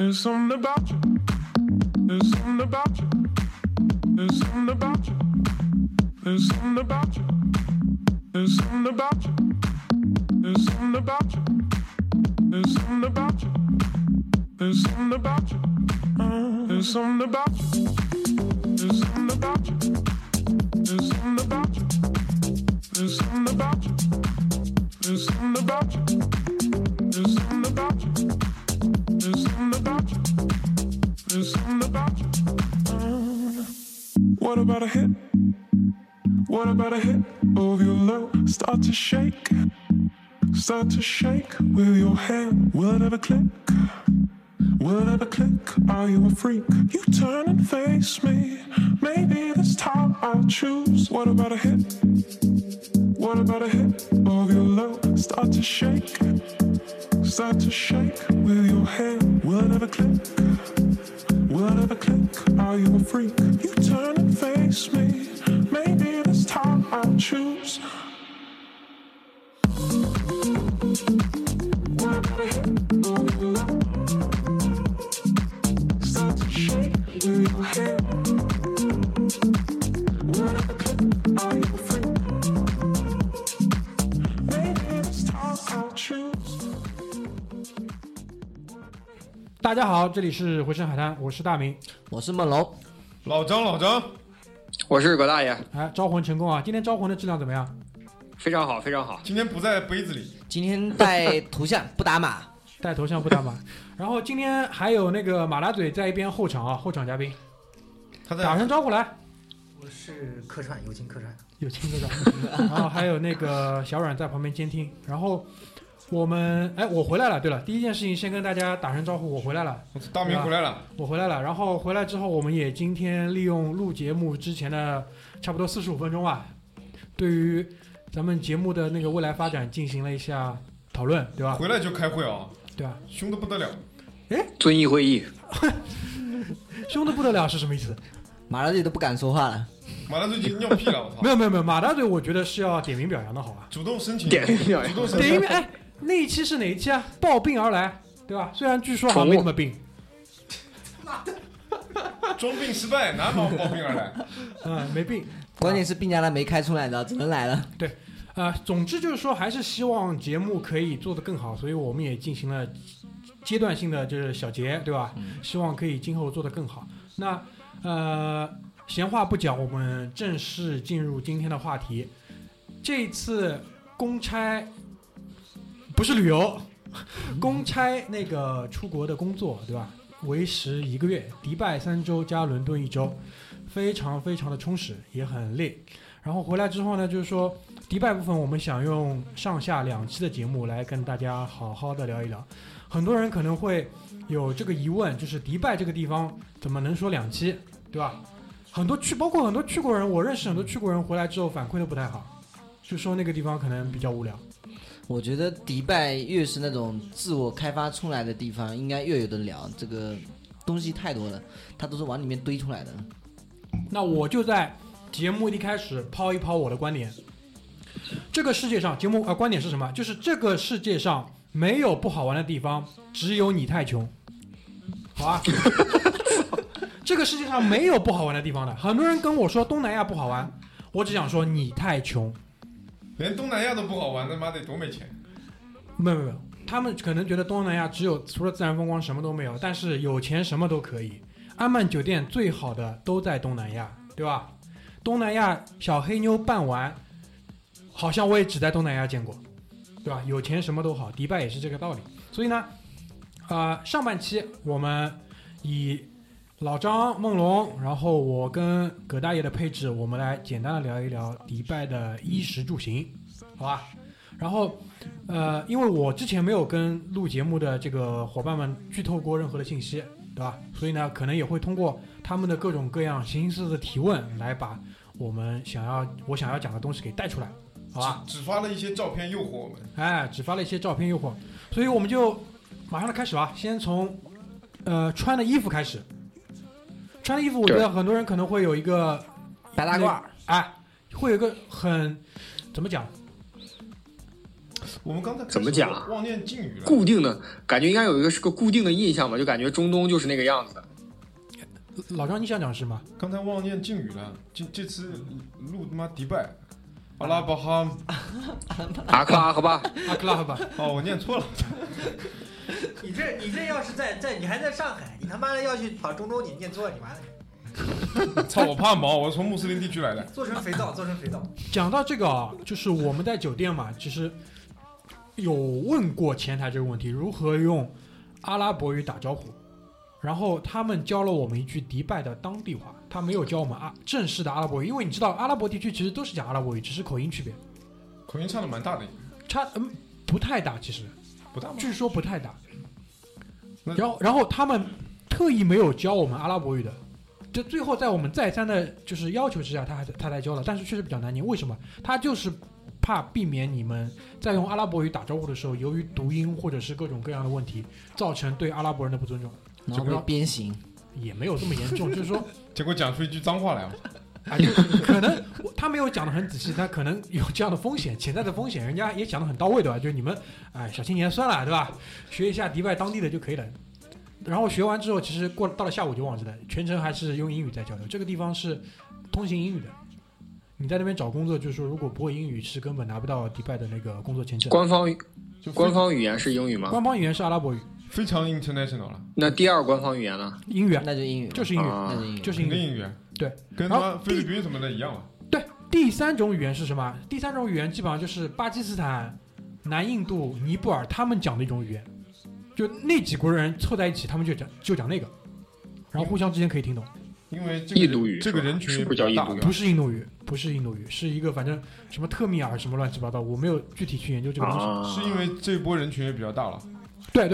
There's something about you. There's something about you. There's something about you. There's something about you. There's something about you. There's something about you. There's something about you. There's something about you. There's something about you. There's something about you. There's something about you. There's something about you. There's something about you. There's something about you. There's something about you. There's something about you. What about a hit? What about a hit of your love? Start to shake. Start to shake with your hand. Will it ever click? Will it ever click? Are you a freak? You turn and face me. Maybe this time I'll choose. What about a hit? What about a hit of your love? Start to shake. Start to shake with your hand. Will it ever click? Will it ever click? Are you a freak? You turn and face me. Maybe this time I'll choose. What about a hit of your love? Start to shake with your hand. Will it ever click? Are you a freak? Maybe this time I'll choose. 大家好，这里是回声海滩，我是大明， 我是梦龙， 老张， 我是葛大爷。 哎，招魂成功啊！今天招魂的质量怎么样？ 非常好，非常好。 今天不在杯子里， 今天带头像不打码， 带头像不打码。然后今天还有那个马拉嘴在一边候场啊，候场嘉宾， 他在打声招呼来。 我是客串，友情客串， 有亲哥的，然后还有那个小阮在旁边监听。然后我回来了。对了，第一件事情先跟大家打声招呼，我回来了。 大明回来了， 我回来了。然后回来之后，我们也今天利用录节目之前的差不多45分钟吧，对于咱们节目的那个未来发展进行了一下讨论，对吧？ 回来就开会啊， 对吧？ 凶得不得了。 遵义会议， 凶得不得了是什么意思？ 马拉嘴都不敢说话了。 马大嘴已经尿屁了，我操！ 没有，马大嘴我觉得是要点名表扬的，好吧？ 主动申请， 点名表扬主动申请。 点名哎，那一期是哪一期啊？抱病而来，对吧？虽然据说好像没那么病， 装病失败，哪毛抱病而来？ 没病。 关键是病假单没开出来的，只能来了。 对，总之就是说，还是希望节目可以做得更好，所以我们也进行了阶段性的就是小结，对吧？希望可以今后做得更好。那闲话不讲，我们正式进入今天的话题。这一次公差不是旅游，公差那个出国的工作，对吧？为时1个月，迪拜3周加伦敦1周，非常非常的充实，也很累。然后回来之后呢，就是说迪拜部分，我们想用上下2期的节目来跟大家好好的聊一聊。很多人可能会有这个疑问，就是迪拜这个地方怎么能说2期，对吧？包括很多去过人，我认识很多去过人回来之后反馈都不太好，就说那个地方可能比较无聊。 我觉得迪拜越是那种自我开发出来的地方，应该越有的聊。这个东西太多了，它都是往里面堆出来的。 那我就在节目一开始抛一抛我的观点。这个世界上，观点是什么？就是这个世界上没有不好玩的地方，只有你太穷。好吧？这个世界上没有不好玩的地方的。很多人跟我说东南亚不好玩，我只想说你太穷。 连东南亚都不好玩，他妈得多没钱！ 没有，他们可能觉得东南亚除了自然风光什么都没有，但是有钱什么都可以。安曼酒店最好的都在东南亚，对吧？东南亚小黑妞伴玩，好像我也只在东南亚见过，对吧？有钱什么都好，迪拜也是这个道理。所以呢，上半期我们以老张、梦龙，然后我跟葛大爷的配置，我们来简单的聊一聊迪拜的衣食住行，好吧？然后，因为我之前没有跟录节目的这个伙伴们剧透过任何的信息，对吧？所以呢，可能也会通过他们的各种各样形形色色的提问，来把我想要讲的东西给带出来，好吧？ 只发了一些照片诱惑我们， 只发了一些照片诱惑，所以我们就马上的开始吧。先从穿的衣服开始。穿的衣服，我觉得很多人可能会有一个白大褂， 会有一个很怎么讲？ 我们刚才怎么讲？ 忘念敬语了。 固定的感觉应该有一个是个固定的印象吧，就感觉中东就是那个样子的。 老张，你想讲是吗？ 刚才忘念敬语了，这次录他妈迪拜，阿拉伯哈， 阿克拉荷巴， 阿克拉荷巴。 哦，我念错了。 你这要是在你还在上海，你他妈的要去跑中东，你念错了，你完了。 操！我怕毛，我从穆斯林地区来的。 做成肥皂。 讲到这个啊，就是我们在酒店嘛，其实有问过前台这个问题，如何用阿拉伯语打招呼。然后他们教了我们一句迪拜的当地话，他没有教我们正式的阿拉伯语，因为你知道阿拉伯地区其实都是讲阿拉伯语，只是口音区别。 口音差的蛮大的。 不太大，其实不大吗？ 据说不太大。然后他们特意没有教我们阿拉伯语的，就最后在我们再三的就是要求之下，他才教了，但是确实比较难念。为什么？他就是怕避免你们在用阿拉伯语打招呼的时候，由于读音或者是各种各样的问题，造成对阿拉伯人的不尊重。 然后被鞭刑， 也没有这么严重，就是说， 结果讲出一句脏话来了。 就可能他没有讲得很仔细，他可能有这样的风险，潜在的风险，人家也讲得很到位，对吧？就是你们，小青年算了，对吧？学一下迪拜当地的就可以了。然后学完之后，其实到了下午就忘记了，全程还是用英语在交流。这个地方是通行英语的，你在那边找工作，就是说如果不会英语，是根本拿不到迪拜的那个工作签证。 官方语言是英语吗？ 官方语言是阿拉伯语。 非常 international 了。 那第二官方语言呢？ 英语， 那就英语， 就是英语， 那就英语， 就是英语。 对， 跟他妈菲律宾什么的一样了。 对，第三种语言是什么？第三种语言基本上就是巴基斯坦、南印度、尼泊尔他们讲的一种语言，就那几国人凑在一起，他们就讲那个，然后互相之间可以听懂。 因为印度语这个人群不叫印度语， 不是印度语，不是印度语，是一个反正什么特米尔什么乱七八糟，我没有具体去研究这个东西。 是因为这波人群也比较大了。 对，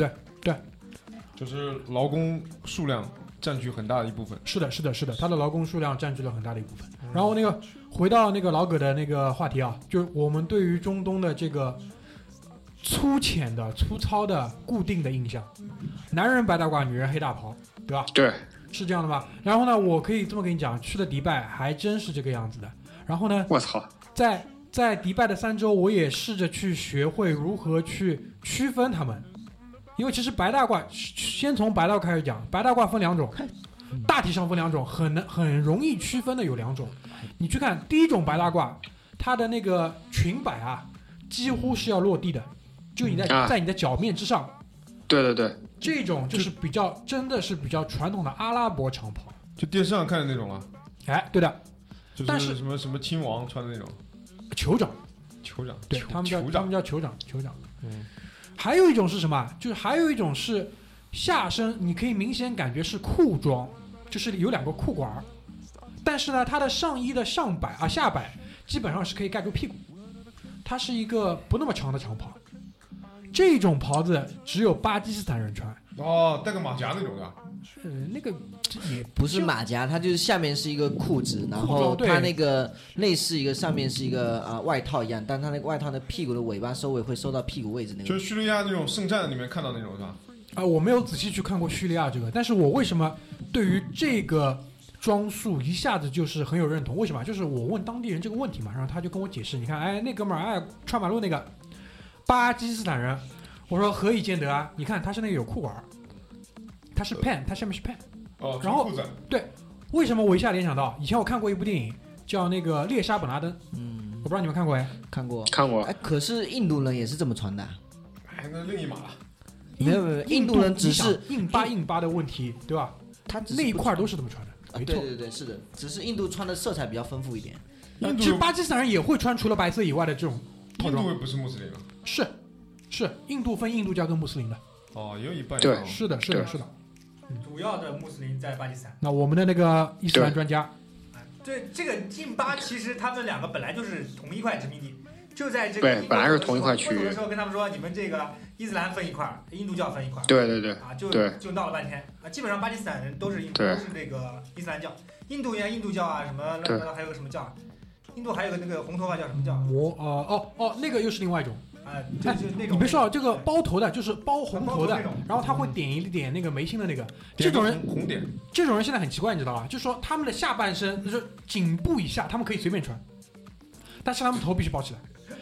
就是劳工数量占据很大的一部分。 是的，他的劳工数量占据了很大的一部分。然后回到那个老葛的那个话题啊，就是我们对于中东的这个粗浅的、粗糙的、固定的印象，男人白大褂，女人黑大袍，对吧？ 对， 是这样的吧？然后呢，我可以这么跟你讲，去了迪拜还真是这个样子的。然后呢， 我操， 在迪拜的3周，我也试着去学会如何去区分他们。因为其实白大褂，先从白大褂开始讲，白大褂分2种，大体上分2种，很容易区分的有2种。你去看第一种白大褂，它的那个裙摆啊，几乎是要落地的，就你在你的脚面之上。 对， 这种就是真的是比较传统的阿拉伯长袍， 就电视上看的那种了。 对的， 就是什么亲王穿的那种。 酋长，对，他们叫酋长。还有一种是什么？就是还有一种是下身，你可以明显感觉是裤装，就是有2个裤管，但是呢，它的上衣的下摆基本上是可以盖住屁股，它是一个不那么长的长袍。这种袍子只有巴基斯坦人穿。 哦，带个马甲那种的。 那个也不是马甲，它就是下面是一个裤子，然后它那个内是一个，上面是一个外套一样，但它那个外套的屁股的尾巴收尾会收到屁股位置那个。 就是叙利亚那种圣战里面看到那种是吧？ 我没有仔细去看过叙利亚这个，但是我为什么对于这个装束一下子就是很有认同？为什么？就是我问当地人这个问题嘛，然后他就跟我解释，你看，那哥们儿，穿马路那个巴基斯坦人，我说何以见得啊？你看他是那个有裤管。它是 pen， 它下面是 pen， 然后对，为什么我一下联想到以前我看过一部电影叫那个猎杀本拉登，我不知道你们看过看过，可是印度人也是这么穿的， 那另一码了。 没有，印度人只是硬巴的问题，对吧？他那一块都是这么穿的，没错， 对，是的，只是印度穿的色彩比较丰富一点。 其实巴基斯坦人也会穿除了白色以外的这种套装。 印度不是穆斯林吗？ 是，印度分印度教跟穆斯林的。 也有一半。 对， 是的。 主要的穆斯林在巴基斯坦。 那我们的那个伊斯兰专家， 对这个印巴，其实他们2个本来就是同一块殖民地，就在这个对，本来是同一块区域。 我有的时候跟他们说，你们这个伊斯兰分一块，印度教分一块。 对。 就闹了半天啊！基本上巴基斯坦人都是那个伊斯兰教，印度教啊什么乱七八糟，还有个什么教？印度还有个那个红头发叫什么教？ 那个又是另外一种。 就那种你别说这个包头的，就是包红头的，然后他会点一点那个眉心的那个，这种人红点， 这种人现在很奇怪，你知道吧？就是说他们的下半身就是颈部以下，他们可以随便穿，但是他们头必须包起来。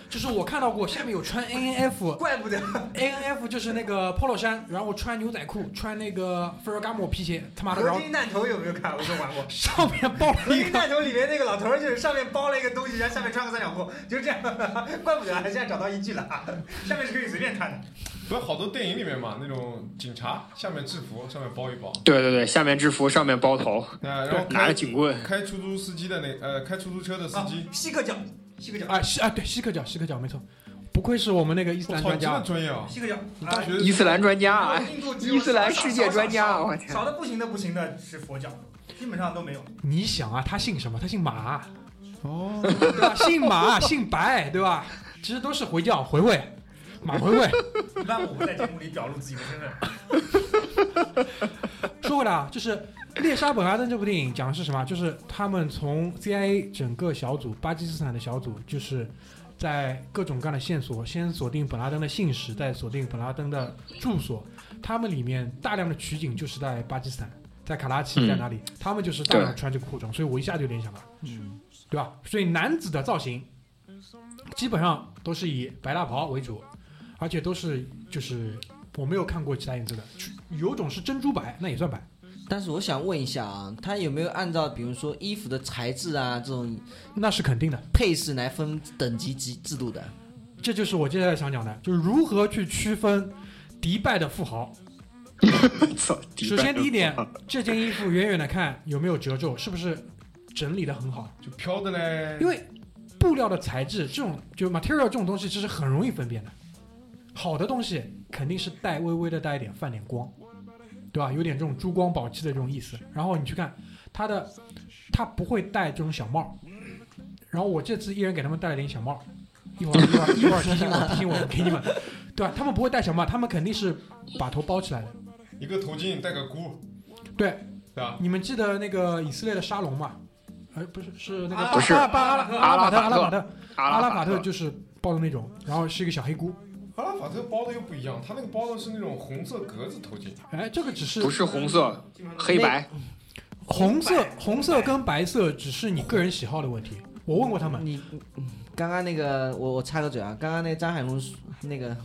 就是我看到过下面有穿 ANF， 怪不得 ANF 就是那个 polo 衫，然后穿牛仔裤，穿那个费尔伽莫皮鞋，他妈的， 合金弹头有没有看？我都玩过。 上面包合金了一个， 弹头里面那个老头儿就是上面包了一个东西，然后下面穿个三角裤，就这样。怪不得现在找到依据了，下面是可以随便穿的。 不是好多电影里面嘛，那种警察下面制服，上面包一包。 对对对，下面制服，上面包头， 然后拿着警棍， 开出租司机的开出租车的司机， 锡克角对，锡克角没错，不愧是我们那个伊斯兰专家， 专业啊， 锡克角， 大学伊斯兰专家，伊斯兰世界专家， 我天，少的不行的是佛教，基本上都没有。 你想啊，他姓什么？他姓马，哦，对吧？姓马，姓白，对吧？其实都是回教回味。马回味， 一般我们在节目里表露自己的身份。 说回来啊，就是《猎杀本拉登》这部电影讲的是什么？就是他们从 CIA 整个小组，巴基斯坦的小组，就是在各种各样的线索，先锁定本拉登的姓氏，再锁定本拉登的住所。他们里面大量的取景就是在巴基斯坦，在卡拉奇，在哪里？他们就是大量穿这个裤装，所以我一下就联想了，对吧？所以男子的造型基本上都是以白大袍为主。而且都是就是我没有看过其他颜色的，有种是珍珠白，那也算白。 但是我想问一下啊，他有没有按照比如说衣服的材质啊这种， 那是肯定的， 配饰来分等级制度的？ 这就是我接下来想讲的，就是如何去区分迪拜的富豪。首先第一点，这件衣服远远的看有没有褶皱，是不是整理的很好？ 就飘的嘞。 因为布料的材质，这种就 material 这种东西，其实很容易分辨的。好的东西肯定是微微的带一点泛点光，对吧？有点这种珠光宝气的这种意思。然后你去看它不会戴这种小帽。然后我这次一人给他们戴了点小帽，一会儿提醒我给你们，对吧？他们不会戴小帽，他们肯定是把头包起来的， 一个头巾戴个箍， 对吧？ 你们记得那个以色列的沙龙吗？不是，是那个不是阿拉法特就是包的那种，然后是一个小黑箍。 阿拉法特包的又不一样，他那个包的是那种红色格子头巾。 哎，这个只是不是红色，黑白。 红色跟白色只是你个人喜好的问题。我问过他们。 你刚刚那个我插个嘴啊，刚刚那个张海龙那个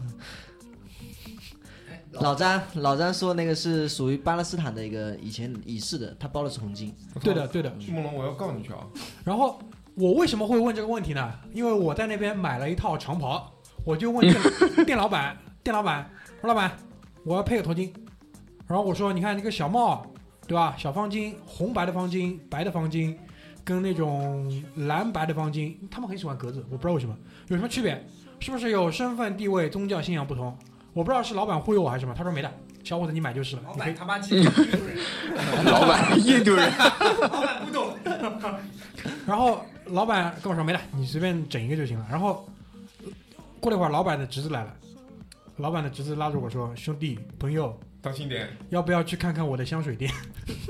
老张说那个是属于巴勒斯坦的一个以前已逝的，他包的是红巾。 对的。 梦龙，我要告你去啊！ 然后我为什么会问这个问题呢？因为我在那边买了一套长袍。我就问店老板，我说老板，我要配个头巾。然后我说，你看这个小帽，对吧？小方巾，红白的方巾，白的方巾，跟那种蓝白的方巾，他们很喜欢格子，我不知道为什么，有什么区别？是不是有身份地位、宗教信仰不同？我不知道是老板忽悠我还是什么。他说没的，小伙子你买就是了。 老板他妈其实印度人， 老板印度人， 老板不懂。 然后老板跟我说没的，你随便整一个就行了。然后。过了一会儿，老板的侄子来了。老板的侄子拉着我说：“兄弟，朋友， 当心点， 要不要去看看我的香水店？”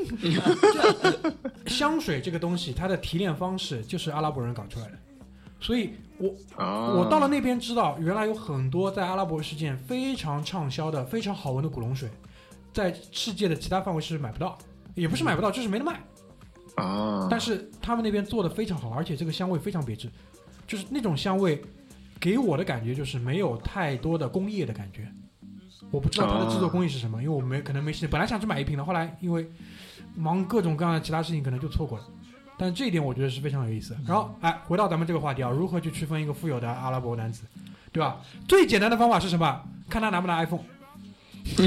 香水这个东西，它的提炼方式就是阿拉伯人搞出来的，所以我到了那边知道，原来有很多在阿拉伯世界非常畅销的、非常好闻的古龙水，在世界的其他范围是买不到，也不是买不到，就是没得卖。但是他们那边做的非常好，而且这个香味非常别致，就是那种香味。给我的感觉就是没有太多的工业的感觉，我不知道它的制作工艺是什么，因为我可能没时间，本来想去买一瓶的，后来因为忙各种各样的其他事情，可能就错过了。但这一点我觉得是非常有意思。然后回到咱们这个话题啊，如何去区分一个富有的阿拉伯男子，对吧？最简单的方法是什么？看他拿不拿 iPhone。这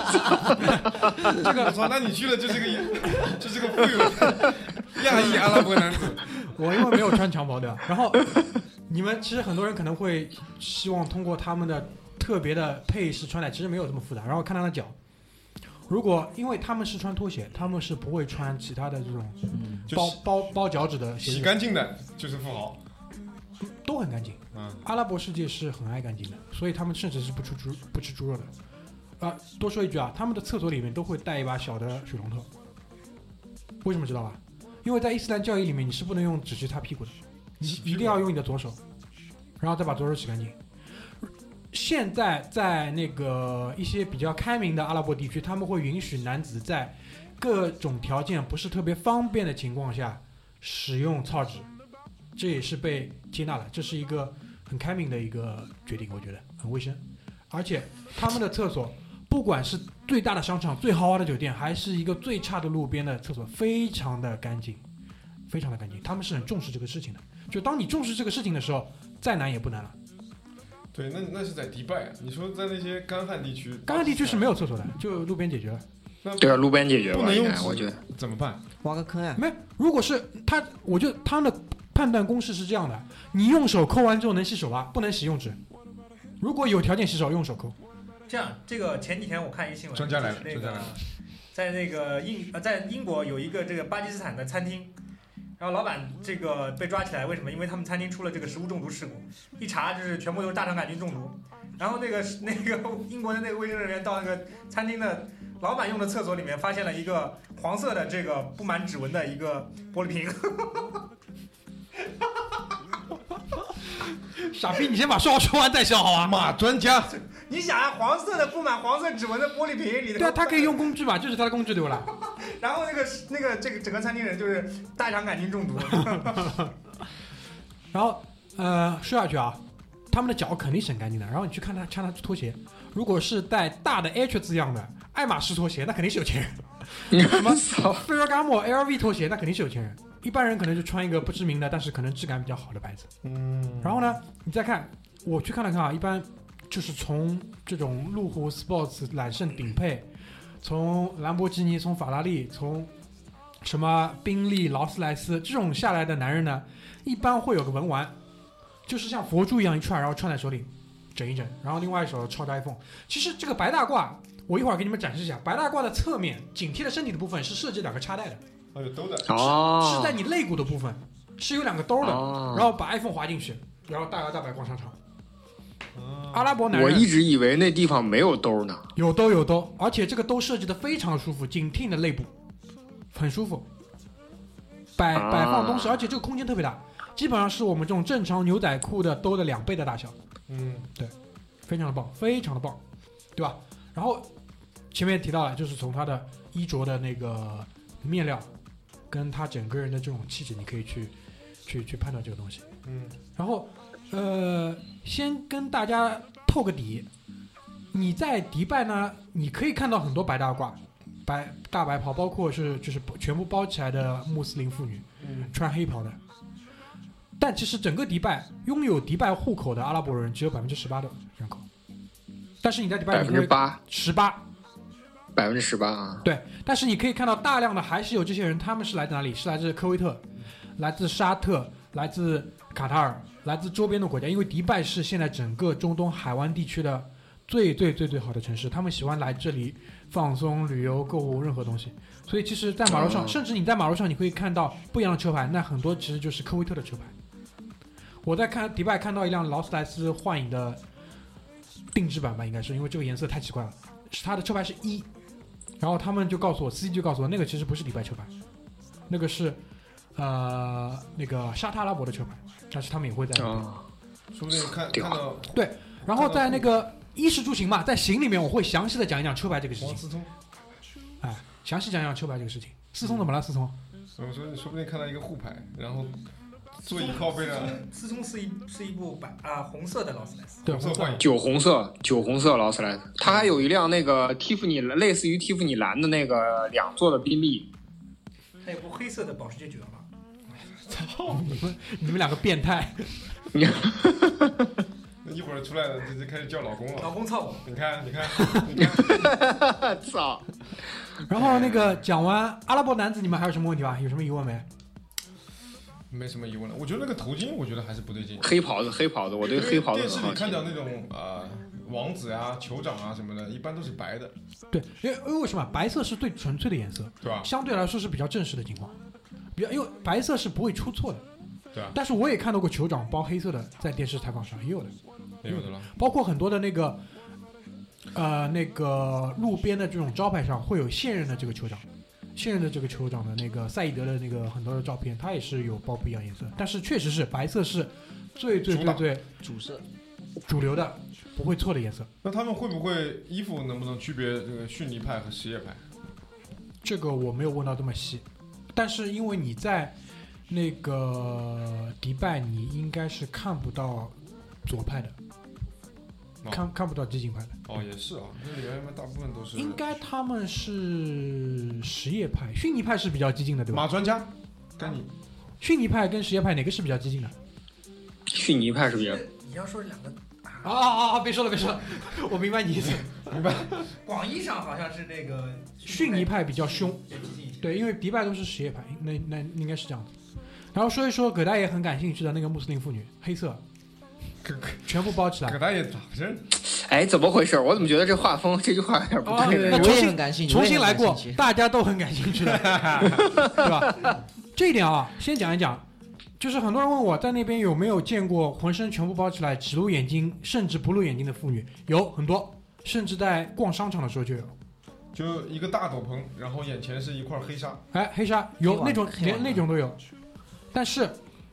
个我操，那你去了就是个富有的亚裔阿拉伯男子。 我因为没有穿长袍，对吧？然后你们其实很多人可能会希望通过他们的特别的配饰穿戴，其实没有这么复杂。然后看他的脚，如果因为他们是穿拖鞋，他们是不会穿其他的这种包脚趾的鞋子， 洗干净的就是富豪， 都很干净。阿拉伯世界是很爱干净的，所以他们甚至是不吃猪肉的。多说一句啊，他们的厕所里面都会带一把小的水龙头，为什么知道吧？因为在伊斯兰教义里面，你是不能用纸去擦屁股的，你一定要用你的左手，然后再把左手洗干净。现在在那个一些比较开明的阿拉伯地区，他们会允许男子在各种条件不是特别方便的情况下使用操纸，这也是被接纳了，这是一个很开明的一个决定，我觉得很卫生，而且他们的厕所不管是最大的商场、最豪华的酒店，还是一个最差的路边的厕所，非常的干净，非常的干净。他们是很重视这个事情的，就当你重视这个事情的时候，再难也不难了。 对，那是在迪拜啊。你说在那些干旱地区， 干旱地区是没有厕所的，就路边解决了。 对啊，路边解决吧， 不能用我觉得怎么办？ 挖个坑啊！ 没，如果是他，我觉得他们的判断公式是这样的：你用手抠完之后能洗手吧？不能洗用纸。如果有条件洗手，用手抠。 这样，这个前几天我看一个新闻， 专家来了， 那个在那个在英国有一个这个巴基斯坦的餐厅，然后老板这个被抓起来，为什么？因为他们餐厅出了这个食物中毒事故，一查就是全部都是大肠杆菌中毒。然后那个英国的那个卫生人员到那个餐厅的老板用的厕所里面，发现了一个黄色的这个布满指纹的一个玻璃瓶。 傻逼，你先把说完再笑好吧？ 马专家， 你想啊，黄色的布满黄色指纹的玻璃瓶里， 对啊，他可以用工具吧？就是他的工具对不啦？ 然后这个整个餐厅人就是大肠杆菌中毒。 然后说下去啊，他们的脚肯定是很干净的。然后你去看他穿拖鞋，如果是带大的 H 字样的爱马仕拖鞋，那肯定是有钱人。什么费尔伽莫 LV 拖鞋，那肯定是有钱人。一般人可能就穿一个不知名的，但是可能质感比较好的牌子。然后呢，你再看，我去看了看啊，一般就是从这种路虎 Sports 揽胜顶配，从兰博基尼，从法拉利，从什么宾利、劳斯莱斯这种下来的男人呢，一般会有个文玩，就是像佛珠一样一串，然后串在手里整一整，然后另外一手抄着 iPhone。其实这个白大褂，我一会儿给你们展示一下，白大褂的侧面紧贴的身体的部分是设计两个插带的。 有兜的是在你肋骨的部分，是有两个兜的，然后把 iPhone 滑进去，然后大摇大摆逛商场。阿拉伯男人， 我一直以为那地方没有兜呢。 有兜，而且这个兜设计的非常的舒服，紧贴你的肋部，很舒服。摆放东西，而且这个空间特别大，基本上是我们这种正常牛仔裤的兜的2倍的大小。对，非常的棒，非常的棒，对吧？然后前面提到了，就是从他的衣着的那个面料。跟他整个人的这种气质，你可以去判断这个东西。然后先跟大家透个底，你在迪拜呢，你可以看到很多白大褂、大白袍，包括就是全部包起来的穆斯林妇女，穿黑袍的。但其实整个迪拜拥有迪拜户口的阿拉伯人只有18%的人口，但是你在迪拜 18%啊， 对，但是你可以看到大量的还是有这些人，他们是来自哪里？是来自科威特，来自沙特，来自卡塔尔，来自周边的国家。因为迪拜是现在整个中东海湾地区的最好的城市，他们喜欢来这里放松、旅游、购物，任何东西。所以其实，在马路上，甚至你在马路上，你可以看到不一样的车牌，那很多其实就是科威特的车牌。我在迪拜看到一辆劳斯莱斯幻影的定制版吧，应该是因为这个颜色太奇怪了，它的车牌是1。然后他们就告诉我，司机就告诉我，那个其实不是迪拜车牌，那个是那个沙特阿拉伯的车牌，但是他们也会在那边。 说不定看到对。然后在那个衣食住行嘛，在行里面我会详细的讲一讲车牌这个事情。 思聪， 详细讲一讲车牌这个事情。思聪怎么了？思聪？ 我说你说不定看到一个护牌，然后座椅靠背上。 思聪是一部红色的劳斯莱斯， 对， 酒红色劳斯莱斯，它还有一辆那个蒂芙尼类似于蒂芙尼蓝的那个2座的宾利， 还有部黑色的保时捷918。 操你们两个变态！ 那一会儿出来了就开始叫老公了。 老公操我！ 你看， 操！ 然后那个讲完阿拉伯男子，你们还有什么问题吧？有什么疑问没？ 没什么疑问了。我觉得那个头巾，我觉得还是不对劲。 黑袍子，我对黑袍子电视里看到那种王子啊、酋长啊什么的，一般都是白的。 对，因为什么？白色是最纯粹的颜色， 对吧？ 相对来说是比较正式的情况，因为白色是不会出错的。 对啊。 但是我也看到过酋长包黑色的，在电视采访上也有的。 有的了。 包括很多的那个路边的这种招牌上会有现任的这个酋长。现任的这个酋长的那个赛义德的那个很多的照片，它也是有包不一样颜色，但是确实是白色是最主色主流的，不会错的颜色。 那他们会不会衣服能不能区别这个逊尼派和什叶派？ 这个我没有问到这么细，但是因为你在那个迪拜，你应该是看不到左派的，看不到激进派的。 哦，也是啊，那里面大部分都是。 应该他们是什叶派，逊尼派是比较激进的，对吧？ 马专家，跟你。 逊尼派跟什叶派哪个是比较激进的？ 逊尼派是比较。 你要说两个。 别说了，我明白你意思。 明白。 广义上好像是那个逊尼派比较凶，对，因为迪拜都是什叶派，那应该是这样子。然后说一说葛大爷很感兴趣的那个穆斯林妇女，黑色，全部包起来。 葛大爷咋回事？ 哎，怎么回事？我怎么觉得这画风这句话有点不对？ 那我也很感兴趣， 重新来过，大家都很感兴趣的，对吧？这一点啊，先讲一讲。就是很多人问我在那边有没有见过浑身全部包起来只露眼睛甚至不露眼睛的妇女，有很多，甚至在逛商场的时候就有， 就一个大斗篷，然后眼前是一块黑纱。 哎，黑纱有那种，连那种都有。但是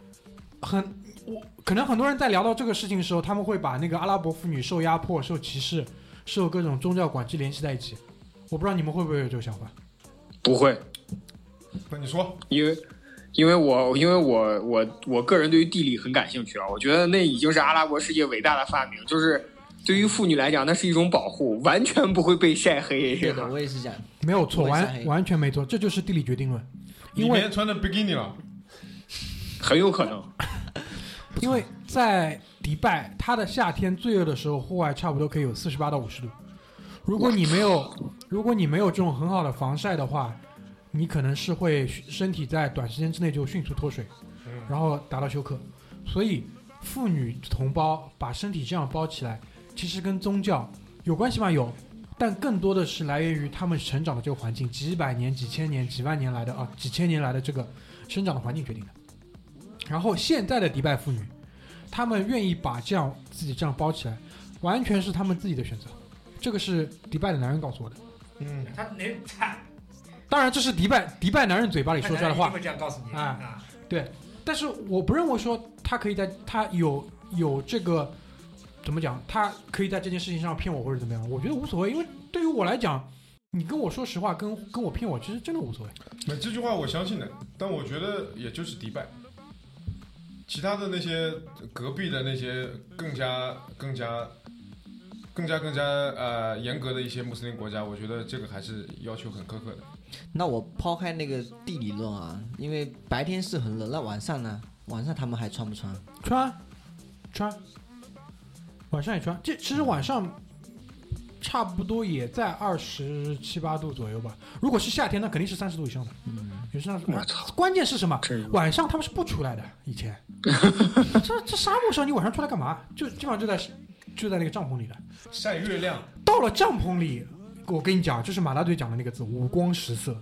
可能很多人在聊到这个事情的时候，他们会把那个阿拉伯妇女受压迫、受歧视、受各种宗教管制联系在一起。我不知道你们会不会有这个想法？ 不会。 那你说？ 因为我个人对于地理很感兴趣啊，我觉得那已经是阿拉伯世界伟大的发明，就是对于妇女来讲，那是一种保护，完全不会被晒黑。 对的，我也是这样。 没有错，完全没错，这就是地理决定论。因为里面穿的比基尼了， 很有可能。 因为在迪拜，它的夏天最热的时候，户外差不多可以有48到50度。如果你没有这种很好的防晒的话，你可能是会身体在短时间之内就迅速脱水，然后达到休克。所以妇女同胞把身体这样包起来，其实跟宗教有关系吗？有，但更多的是来源于他们成长的这个环境，几百年、几千年、几万年来的几千年来的这个生长的环境决定的。然后现在的迪拜妇女，她们愿意把自己这样包起来，完全是她们自己的选择。这个是迪拜的男人告诉我的。 他当然，这是迪拜男人嘴巴里说出来的话。 会这样告诉你啊，对。但是我不认为说他可以他有这个怎么讲，他可以在这件事情上骗我或者怎么样，我觉得无所谓，因为对于我来讲，你跟我说实话，跟我骗我，其实真的无所谓。 那这句话我相信的，但我觉得也就是迪拜，其他的那些隔壁的那些更加严格的一些穆斯林国家，我觉得这个还是要求很苛刻的。 那我抛开那个地理论啊，因为白天是很冷，那晚上呢？晚上他们还穿不穿？ 穿，晚上也穿。这其实晚上差不多也在27、8度左右吧。如果是夏天，那肯定是30度以上的。也是关键是什么？晚上他们是不出来的。以前，这沙漠上你晚上出来干嘛？就基本上就在那个帐篷里的晒月亮。 到了帐篷里，我跟你讲，就是马大队讲的那个字，五光十色。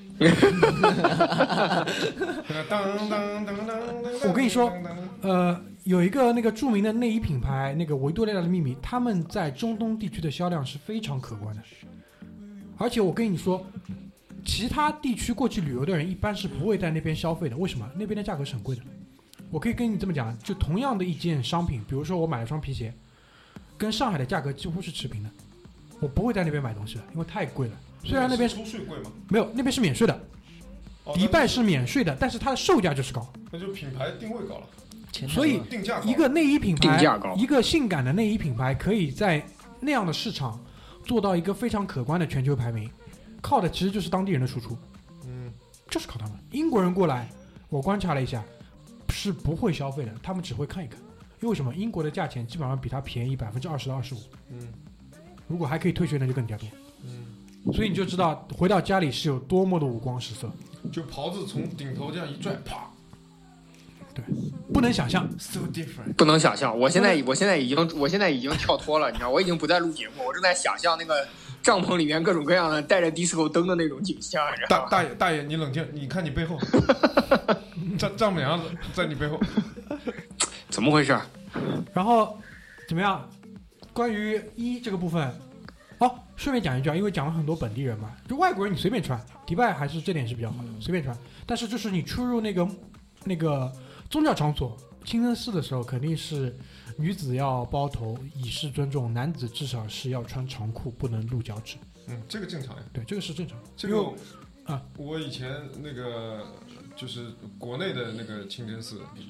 我跟你说，有一个那个著名的内衣品牌，那个维多利亚的秘密，他们在中东地区的销量是非常可观的。而且我跟你说，其他地区过去旅游的人一般是不会在那边消费的。为什么？那边的价格是很贵的。我可以跟你这么讲，就同样的一件商品，比如说我买了双皮鞋，跟上海的价格几乎是持平的。我不会在那边买东西的，因为太贵了。虽然那边收税贵吗？ 没有，那边是免税的。迪拜是免税的，但是它的售价就是高。 那就品牌定位高了。 所以定价高， 一个内衣品牌， 定价高， 一个性感的内衣品牌可以在那样的市场做到一个非常可观的全球排名，靠的其实就是当地人的输出。就是靠他们。英国人过来，我观察了一下，是不会消费的，他们只会看一看。因为什么？英国的价钱基本上比它便宜20%到25%。如果还可以退税，那就更加多。所以你就知道回到家里是有多么的五光十色。 就袍子从顶头这样一拽，啪。 对，不能想象 ，so different， 不能想象。我现在已经跳脱了，你知道，我已经不再录节目，我正在想象那个帐篷里面各种各样的带着 disco 灯的那种景象。 大爷，你冷静，你看你背后，丈母娘在你背后， 怎么回事？ 然后怎么样？关于这个部分，顺便讲一句啊，因为讲了很多本地人嘛，就外国人你随便穿，迪拜还是这点是比较好的，随便穿。但是就是你出入那个宗教场所，清真寺的时候，肯定是女子要包头以示尊重，男子至少是要穿长裤，不能露脚趾。 这个正常呀。 对，这个是正常。 这个我以前那个就是国内的那个清真寺，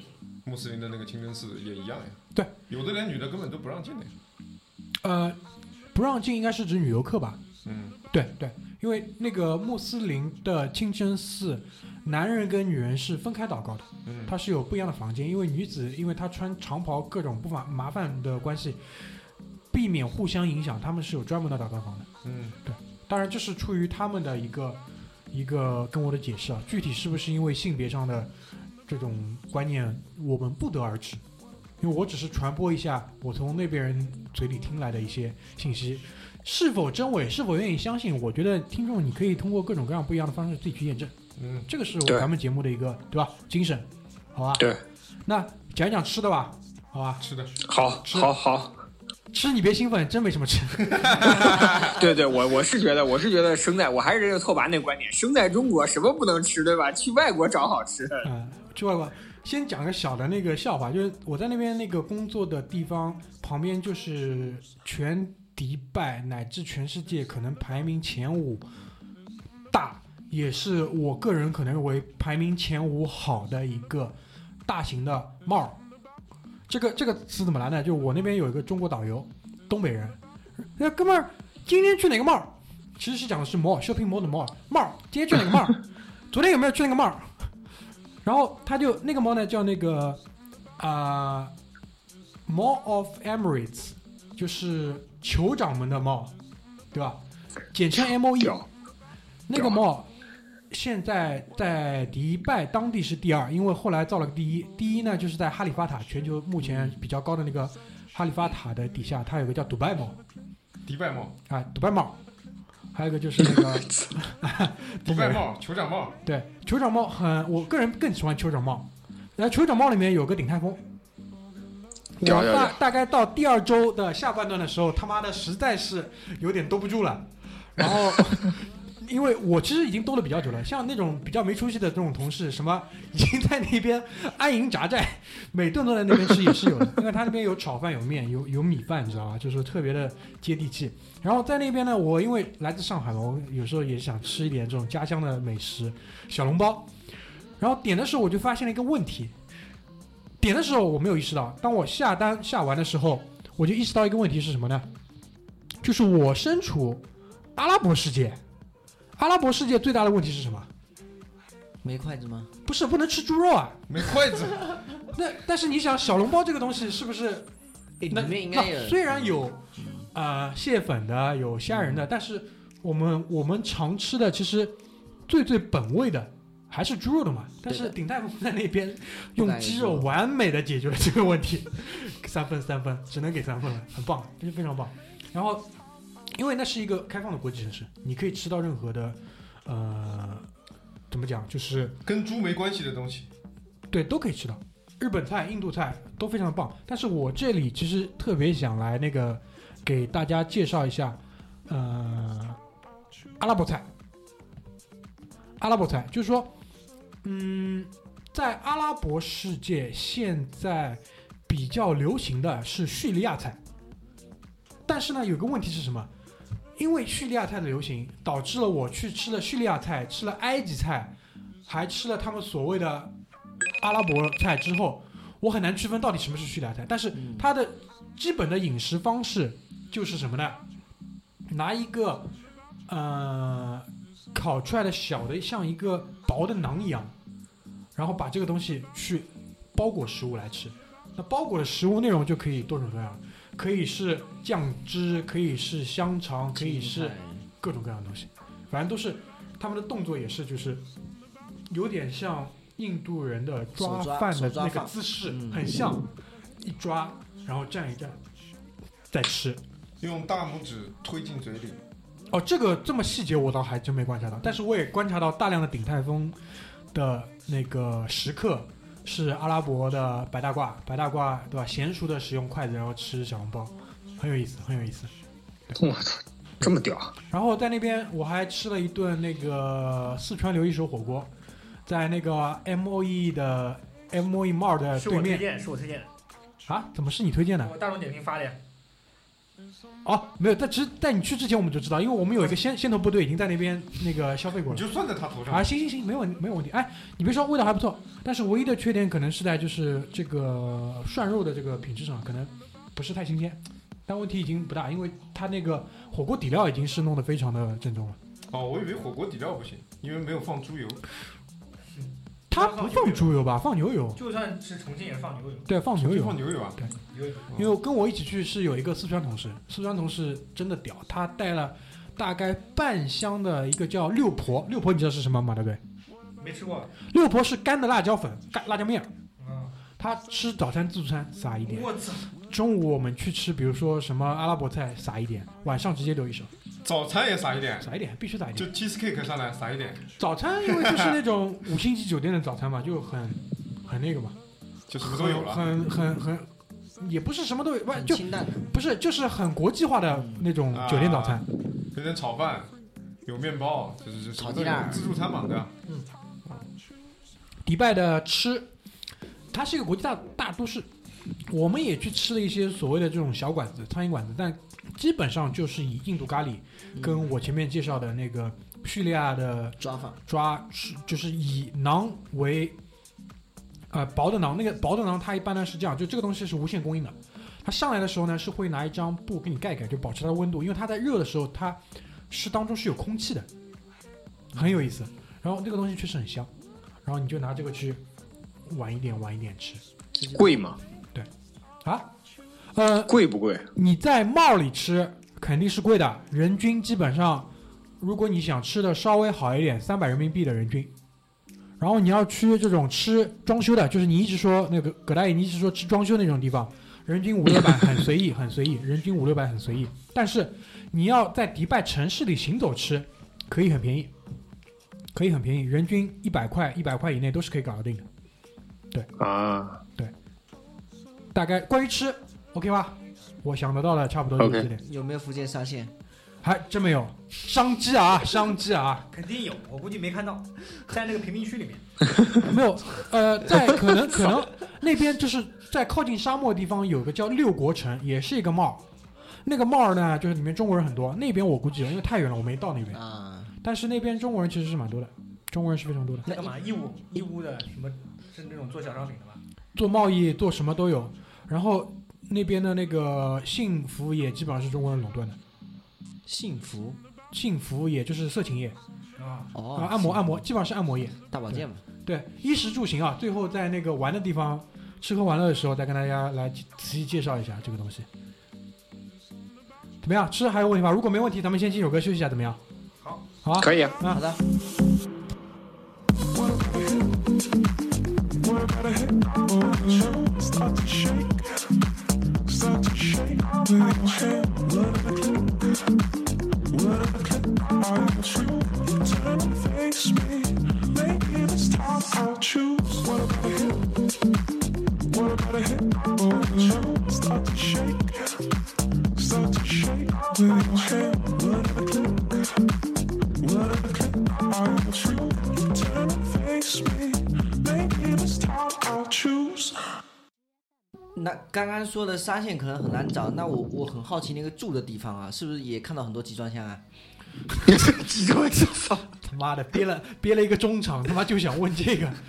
穆斯林的那个清真寺也一样呀。 对， 有的连女的根本都不让进的。 不让进应该是指女游客吧？ 嗯， 对，因为那个穆斯林的清真寺，男人跟女人是分开祷告的，它是有不一样的房间，因为女子因为她穿长袍各种不麻烦的关系，避免互相影响，他们是有专门的祷告房的。对，当然这是出于他们的一个跟我的解释啊，具体是不是因为性别上的这种观念，我们不得而知。因为我只是传播一下我从那边人嘴里听来的一些信息，是否真伪，是否愿意相信，我觉得听众你可以通过各种各样不一样的方式自己去验证。这个是咱们节目的一个对吧精神，好吧？ 对。 那讲一讲吃的吧，好吧？ 吃的好。 吃你别兴奋，真没什么吃。 对，我是觉得生在，我还是这个拓跋那观点，生在中国什么不能吃，对吧？去外国找好吃。 去外国。先讲个小的那个笑话，就是我在那边那个工作的地方旁边，就是全迪拜乃至全世界可能排名前5大，也是我个人可能认为排名前5好的一个大型的 mall。这个词怎么来呢？就我那边有一个中国导游，东北人，那哥们儿今天去哪个 mall？ 其实是讲的是 mall shopping mall 的 mall， 今天去哪个 mall？ 昨天有没有去那个 mall？然后他就那个 mall 呢叫那个Mall of Emirates， 就是酋长们的 mall， 对吧？简称 MOE。那个 mall 现在在迪拜当地是第2，因为后来造了个第一。第一呢就是在哈利法塔，全球目前比较高的那个哈利法塔的底下，它有个叫迪拜 mall。 迪拜 mall 啊，迪拜 mall。还有一个就是那个迪拜帽、酋长帽。 对，酋长帽我个人更喜欢酋长帽。然后酋长帽里面有个鼎泰丰，我大概到第2周的下半段的时候，他妈的实在是有点兜不住了。然后，因为我其实已经兜了比较久了，像那种比较没出息的这种同事，什么已经在那边安营扎寨，每顿都在那边吃也是有的，因为他那边有炒饭、有面、有米饭，你知道吧？就是特别的接地气。然后在那边呢，我因为来自上海嘛，我有时候也想吃一点这种家乡的美食，小笼包。然后点的时候我就发现了一个问题，点的时候我没有意识到，当我下单下完的时候，我就意识到一个问题是什么呢？就是我身处阿拉伯世界，阿拉伯世界最大的问题是什么？ 没筷子吗？ 不是，不能吃猪肉啊， 没筷子。 但是你想，小笼包这个东西是不是？ 里面应该有， 虽然有蟹粉的，有虾仁的，但是我们常吃的其实最本味的还是猪肉的嘛。但是鼎泰丰在那边用鸡肉完美的解决了这个问题，3分，只能给3分了，很棒，非常棒。然后因为那是一个开放的国际城市，你可以吃到任何的怎么讲，就是跟猪没关系的东西， 对，都可以吃到。日本菜、印度菜都非常棒，但是我这里其实特别想来那个给大家介绍一下，阿拉伯菜。阿拉伯菜就是说，在阿拉伯世界现在比较流行的是叙利亚菜，但是呢，有个问题是什么？因为叙利亚菜的流行，导致了我去吃了叙利亚菜，吃了埃及菜，还吃了他们所谓的阿拉伯菜之后，我很难区分到底什么是叙利亚菜。但是它的基本的饮食方式就是什么呢？拿一个烤出来的小的像一个薄的馕一样，然后把这个东西去包裹食物来吃。那包裹的食物内容就可以多种多样，可以是酱汁，可以是香肠，可以是各种各样的东西，反正都是他们的动作也是就是有点像印度人的抓饭的那个姿势，很像，一抓然后蘸一蘸再吃， 用大拇指推进嘴里。 哦，这么细节我倒还真没观察到，但是我也观察到大量的鼎泰丰的那个食客是阿拉伯的白大褂对吧？娴熟的使用筷子然后吃小笼包，很有意思。 我操，这么屌！ 然后在那边我还吃了一顿那个四川留一手火锅，在那个 MOE Mall 的对面。 是我推荐啊？怎么是你推荐的？ 我大众点评发的呀。 哦，没有，但其实在你去之前我们就知道，因为我们有一个先头部队已经在那边那个消费过了。 你就算在他头上啊，行，没有问题。哎，你别说，味道还不错，但是唯一的缺点可能是在就是这个涮肉的这个品质上可能不是太新鲜，但问题已经不大，因为它那个火锅底料已经是弄得非常的正宗了。 哦，我以为火锅底料不行，因为没有放猪油。 它不放猪油吧，放牛油。 就算是重庆也是放牛油。 对，放牛油。 放牛油啊？ 对， 牛油。 因为跟我一起去是有一个四川同事，四川同事真的屌，他带了大概半箱的一个叫六婆，六婆你知道是什么吗？对不对？ 没吃过。 六婆是干的辣椒粉，辣椒面。 嗯。 他吃早餐自助餐撒一点。 我操！ 中午我们去吃，比如说什么阿拉伯菜撒一点，晚上直接留一手。 早餐也撒一点， 必须撒一点。 就 cheesecake 上来撒一点。 早餐因为就是那种5星级酒店的早餐嘛，就很那个嘛， 就什么都有了。 很，也不是什么都有，就清淡， 不是就是很国际化的那种酒店早餐。 有点炒饭，有面包，就是炒鸡蛋， 自助餐嘛，对吧？ 嗯。迪拜的吃，它是一个国际大都市，我们也去吃了一些所谓的这种小馆子、苍蝇馆子，但基本上就是以印度咖喱，跟我前面介绍的那个叙利亚的抓就是以馕为薄的馕，那个薄的馕它一般呢是这样，就这个东西是无限供应的，它上来的时候呢是会拿一张布给你盖，就保持它的温度，因为它在热的时候它是当中是有空气的，很有意思。然后这个东西确实很香，然后你就拿这个去晚一点吃。 贵吗？ 对，啊。 贵不贵？ 你在 mall 里吃肯定是贵的，人均基本上，如果你想吃的稍微好一点，300人民币的人均。然后你要去这种吃装修的，就是你一直说那个葛大爷，你一直说吃装修那种地方，人均500-600很随意，人均500-600很随意。但是你要在迪拜城市里行走吃，可以很便宜，人均100块以内都是可以搞得定的。对啊， 对，大概关于吃。OK 吧，我想得到的差不多就是这点。 有没有福建沙县？ 还真没有，商机啊！ 肯定有，我估计没看到，在那个贫民区里面。 没有，在可能那边就是在靠近沙漠的地方有个叫六国城，也是一个 mall。那个 mall 呢，就是里面中国人很多。那边我估计因为太远了，我没到那边。啊。但是那边中国人其实是蛮多的，中国人是非常多的。 那干嘛？义乌的什么？是那种做小商品的吧？ 做贸易，做什么都有。然后。那边的那个性服务业基本上是中国人垄断的。 性服也就是色情业啊， 按摩基本上是按摩业， 大保健嘛。 对，衣食住行啊，最后在那个玩的地方吃喝玩乐的时候，再跟大家来仔细介绍一下这个东西。怎么样？吃还有问题吗？如果没问题，咱们先进首歌休息一下，怎么样？好， 可以啊。 好的。 Start to shake with your hand, whatever click, are you free? Turn and face me, maybe this time I'll choose. What about a hit? Oh no, start to shake with your hand, whatever click, are you free? Turn and face me, maybe this time I'll choose. 那刚刚说的沙县可能很难找，那我很好奇那个住的地方啊，是不是也看到很多集装箱啊？ 集装箱， 他妈的憋了一个中场，他妈就想问这个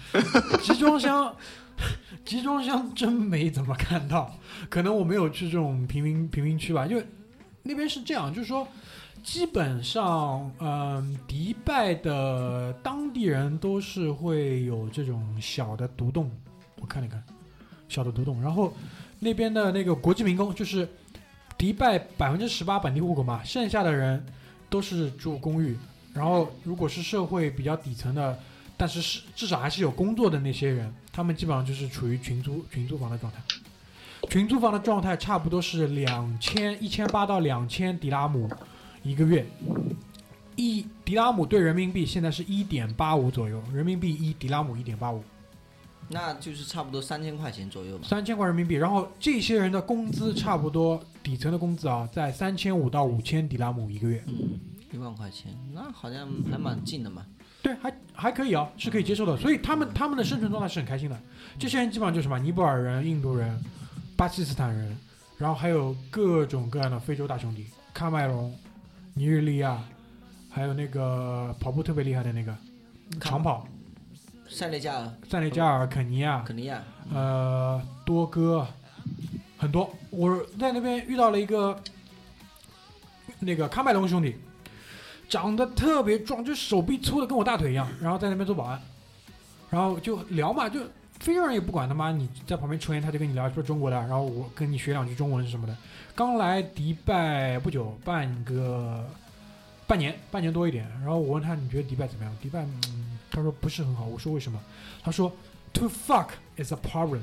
集装箱真没怎么看到，可能我没有去这种贫民区吧，就那边是这样，就是说基本上迪拜的当地人都是会有这种小的独栋，我看了看。小的独栋，然后那边的那个国际民工就是迪拜18%本地户口嘛，剩下的人都是住公寓。然后如果是社会比较底层的，但是至少还是有工作的那些人，他们基本上就是处于群租房的状态。群租房的状态差不多是1800到2000迪拉姆一个月，1迪拉姆对人民币现在是1.85左右，人民币1迪拉姆1.85。 那就是差不多3000块钱左右吧。 3000块人民币，然后这些人的工资差不多，底层的工资啊，在3500到5000迪拉姆一个月。 1万块钱，那好像还蛮近的嘛。 对，还可以啊，是可以接受的。所以他们的生存状态是很开心的。这些人基本上就是什么尼泊尔人、印度人、巴基斯坦人， 然后还有各种各样的非洲大兄弟，喀麦隆、尼日利亚，还有那个跑步特别厉害的那个长跑， 塞内加尔、肯尼亚，多哥，很多。我在那边遇到了一个那个喀麦隆兄弟，长得特别壮，就手臂粗的跟我大腿一样，然后在那边做保安，然后就聊嘛，就非洲人也不管他妈你在旁边抽烟，他就跟你聊说中国的，然后我跟你学两句中文什么的。刚来迪拜不久，半年多一点，然后我问他你觉得迪拜怎么样？迪拜他说不是很好，我说为什么？他说 To fuck is a problem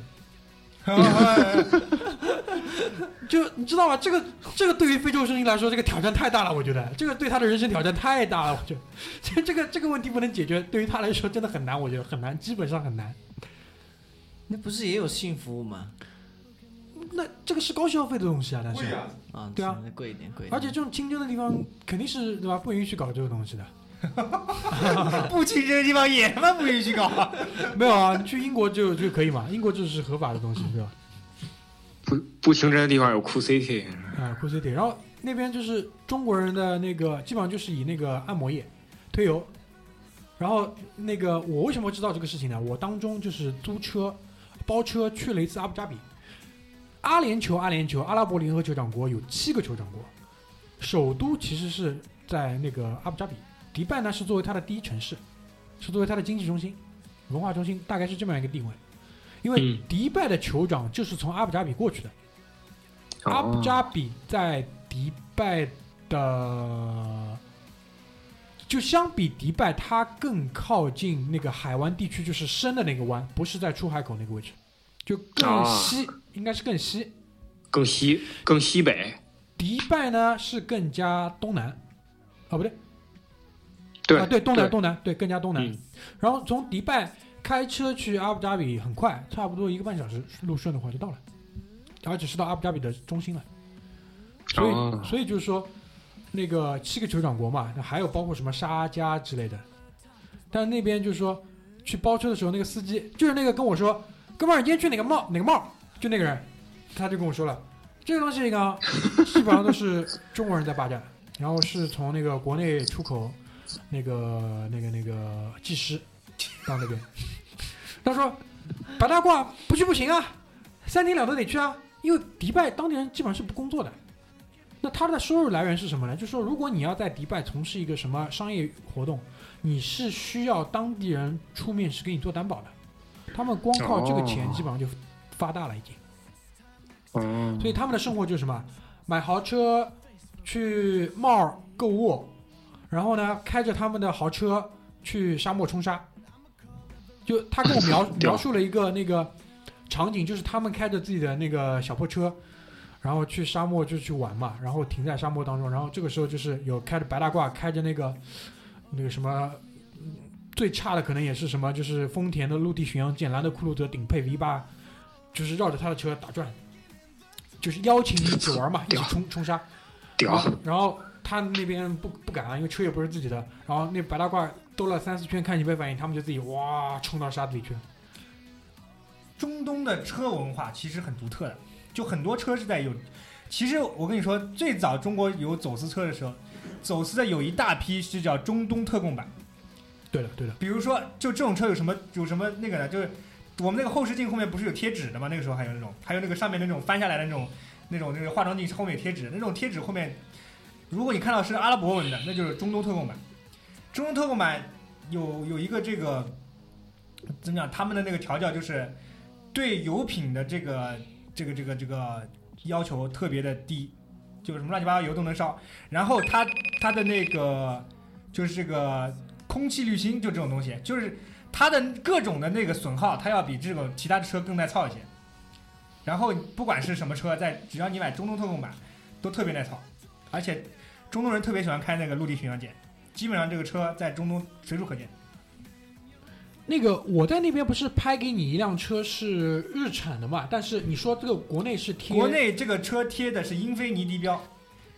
就你知道吗？这个对于非洲生意来说，这个挑战太大了，我觉得这个对他的人生挑战太大了，我觉得这个问题不能解决，对于他来说真的很难，我觉得很难，基本上很难。 那不是也有性服务吗？ 那这个是高消费的东西啊，但是对啊， 贵一点。 而且这种清真的地方肯定是对吧？不允许搞这个东西的。 不清真的地方也他妈不允许搞。 没有啊，你去英国就可以嘛，英国这是合法的东西，是吧？ 不清真的地方有酷 City 酷 City， 然后那边就是中国人的那个，基本上就是以那个按摩业推油。然后那个我为什么会知道这个事情呢？我当中就是租车包车去了一次阿布扎比。阿联酋阿拉伯联合酋长国有7个酋长国，首都其实是在那个阿布扎比，迪拜呢是作为它的第一城市，是作为它的经济中心、文化中心，大概是这么样一个定位。因为迪拜的酋长就是从阿布扎比过去的，阿布扎比在迪拜的，就相比迪拜，它更靠近那个海湾地区，就是深的那个湾，不是在出海口那个位置，就更西，应该是更西， 更西北。 迪拜呢是更加东南，不对， 对东南，对，更加东南。然后从迪拜开车去阿布扎比很快，差不多1个半小时，路顺的话就到了，而且是到阿布扎比的中心了。所以就是说，那个7个酋长国嘛，还有包括什么沙加之类的。但那边就是说，去包车的时候，那个司机就是那个跟我说，哥们儿，你今天去哪个帽？就那个人，他就跟我说了，这个东西呢，基本上都是中国人在霸占，然后是从那个国内出口那个技师到那边。他说白大褂不去不行啊，3天2头得去啊，因为迪拜当地人基本上是不工作的。那他的收入来源是什么呢？就是说，如果你要在迪拜从事一个什么商业活动，你是需要当地人出面是给你做担保的，他们光靠这个钱基本上就发大了已经。所以他们的生活就是什么？买豪车，去 mall 购物，然后呢开着他们的豪车去沙漠冲沙。就他跟我描述了一个那个场景，就是他们开着自己的那个小破车，然后去沙漠就去玩嘛，然后停在沙漠当中，然后这个时候就是有开着白大褂，开着那个什么，最差的可能也是什么，就是丰田的陆地巡洋舰兰德酷路泽顶配 V8，就是绕着他的车打转，就是邀请你一起玩嘛，一起冲沙。然后他那边不敢啊，因为车也不是自己的，然后那白大褂兜了3-4圈，看你没反应，他们就自己哇冲到沙子里去了。 中东的车文化其实很独特的，就很多车是在有。其实我跟你说，最早中国有走私车的时候，走私的有一大批是叫中东特供版。 对的。 比如说，就这种车有什么那个呢？就是我们那个后视镜后面不是有贴纸的吗？那个时候还有那个上面的那种翻下来的那种化妆镜后面有贴纸，那种贴纸后面，如果你看到是阿拉伯文的，那就是中东特供版。中东特供版有一个这个怎么讲？他们的那个调教就是对油品的这个要求特别的低，就是什么乱七八糟油都能烧。然后它的那个就是这个空气滤芯，就这种东西，就是它的各种的那个损耗，它要比这种其他的车更耐操一些。然后不管是什么车，只要你买中东特供版，都特别耐操，而且中东人特别喜欢开那个陆地巡洋舰，基本上这个车在中东随处可见。 那个我在那边不是拍给你一辆车是日产的嘛？但是你说这个国内是贴， 国内这个车贴的是英菲尼迪标，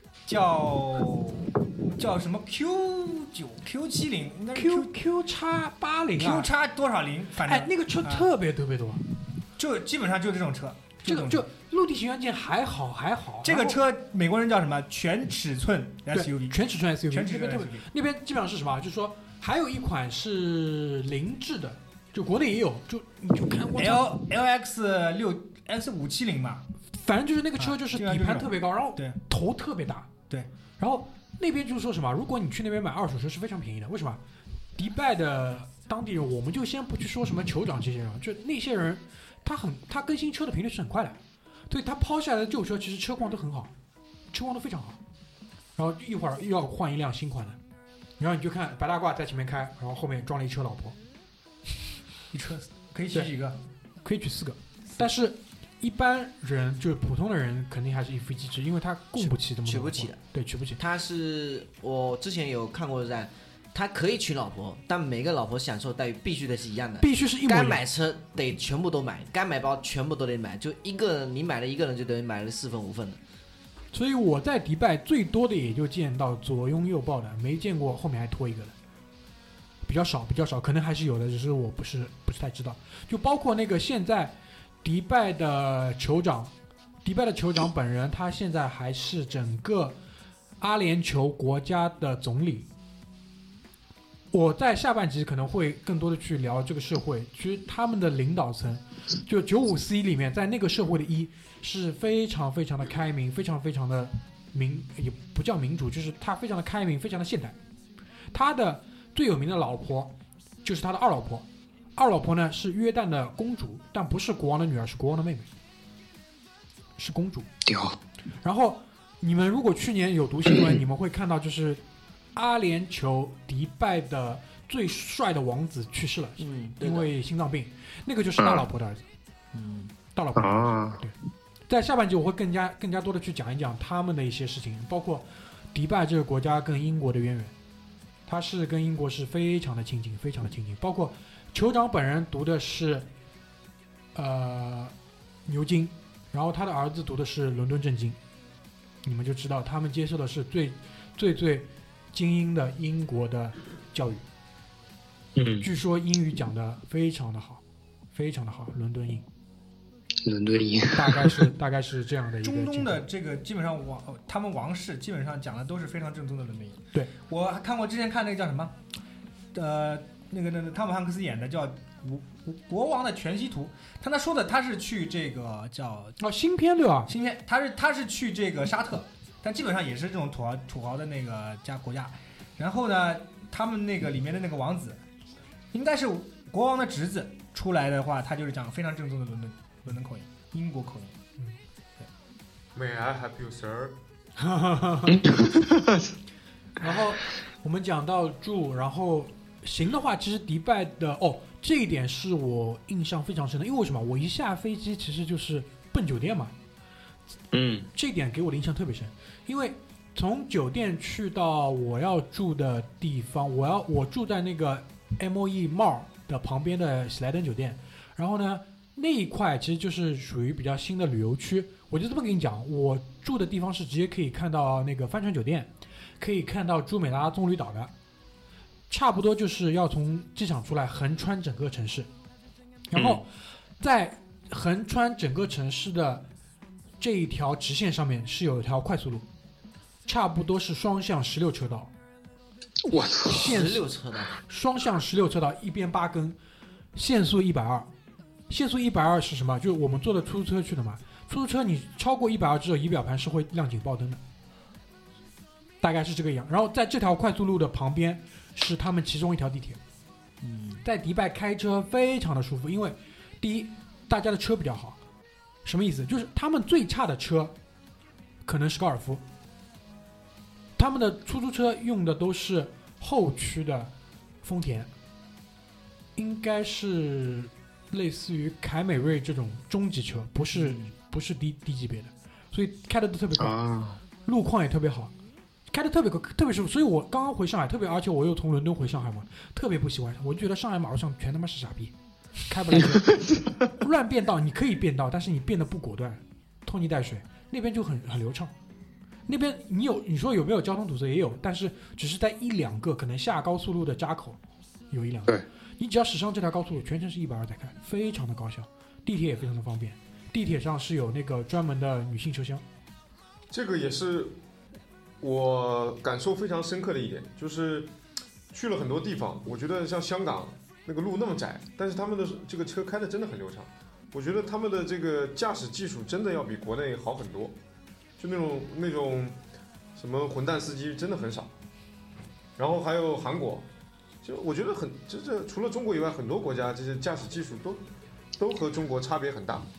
叫什么 Q9、Q70， 应该是 QX80 啊 ，QX多少零，反正那个车特别多， 就基本上就这种车。 就陆地巡洋舰还好。 这个车美国人叫什么？全尺寸 SUV， 全尺寸 SUV， 全尺寸 SUV。 那边基本上是什么？就是说还有一款是凌志的，就国内也有，就你就看 LX570嘛， 反正就是那个车就是底盘特别高，然后头特别大， 对， 然后那边就是说什么？如果你去那边买二手车是非常便宜的，为什么？迪拜的当地人，我们就先不去说什么酋长这些人，就那些人，他更新车的频率是很快的，所以他抛下来的旧车其实车况都很好，车况都非常好，然后一会儿又要换一辆新款的，然后你就看白大褂在前面开，然后后面装了一车老婆， 一车可以取几个？ 可以取4个，但是一般人就是普通的人肯定还是一夫一妻制，因为他供不起这么多， 娶不起的， 对，娶不起。 他是我之前有看过在。他可以娶老婆，但每个老婆享受待遇必须得是一样的， 必须是一模一样。 该买车得全部都买，该买包全部都得买，就一个人你买了一个人就等于买了4份5份的。 所以我在迪拜最多的也就见到左拥右抱的，没见过后面还拖一个的，比较少，可能还是有的，只是我不是太知道。就包括那个现在迪拜的酋长本人，他现在还是整个阿联酋国家的总理。我在下半集可能会更多的去聊这个社会，其实他们的领导层，就95C 里面，在那个社会的是非常非常的开明，非常非常的也不叫民主，就是他非常的开明，非常的现代。他的最有名的老婆就是他的二老婆呢是约旦的公主，但不是国王的女儿，是国王的妹妹，是公主。然后你们如果去年有读新闻，你们会看到就是阿联酋迪拜的最帅的王子去世了，因为心脏病，那个就是大老婆的儿子，大老婆的儿子，对。在下半集我会更加多的去讲一讲他们的一些事情，包括迪拜这个国家跟英国的渊源，他是跟英国是非常的亲近，非常的亲近。包括酋长本人读的是牛津，然后他的儿子读的是伦敦政经，你们就知道他们接受的是最精英的英国的教育，据说英语讲的非常的好，非常的好，伦敦英，大概是这样的一个。 中东的这个基本上他们王室基本上讲的都是非常正宗的伦敦英。 对， 我还看过之前看那个叫什么，那个汤姆汉克斯演的叫国王的全息图，他说的他是去这个叫新片对吧？ 新片，他是去这个沙特。但基本上也是这种土豪的那个国家，然后呢，他们那个里面的那个王子，应该是国王的侄子出来的话，他就是讲非常正宗的伦敦口音，英国口音。 May I help you, sir？ 然后我们讲到住，然后行的话，其实迪拜的这一点是我印象非常深的，因为什么？我一下飞机其实就是奔酒店嘛。这一点给我的印象特别深，因为从酒店去到我要住的地方，我住在那个 MOE Mall 的旁边的喜来登酒店，然后呢那一块其实就是属于比较新的旅游区。我就这么跟你讲，我住的地方是直接可以看到那个帆船酒店，可以看到朱美拉棕榈岛的，差不多就是要从机场出来横穿整个城市，然后在横穿整个城市的这一条直线上面是有一条快速路，差不多是双向16车道。 我操 ，16车道， 双向16车道，一边8根，限速120。限速120是什么？就是我们坐的出租车去的嘛。出租车你超过120之后，仪表盘是会亮警报灯的，大概是这个样。然后在这条快速路的旁边是他们其中一条地铁。在迪拜开车非常的舒服，因为第一，大家的车比较好。什么意思？就是他们最差的车可能是高尔夫，他们的出租车用的都是后驱的丰田，应该是类似于凯美瑞这种中级车，不是低级别的，所以开的都特别高，路况也特别好，开的特别高，特别舒服。所以我刚刚回上海，而且我又从伦敦回上海嘛，特别不喜欢，我就觉得上海马路上全他妈是傻逼。开不来车，乱变道，你可以变道，但是你变得不果断，拖泥带水。那边就很流畅，那边你说有没有交通堵塞？也有，但是只是在1-2个可能下高速路的闸口有1-2个。你只要驶上这条高速路，全程是120在开，非常的高效。地铁也非常的方便， 地铁上是有那个专门的女性车厢。 这个也是我感受非常深刻的一点，就是去了很多地方，我觉得像香港那个路那么窄，但是他们的这个车开的真的很流畅。我觉得他们的这个驾驶技术真的要比国内好很多，就那种什么混蛋司机真的很少。然后还有韩国，就我觉得这除了中国以外，很多国家这些驾驶技术都和中国差别很大。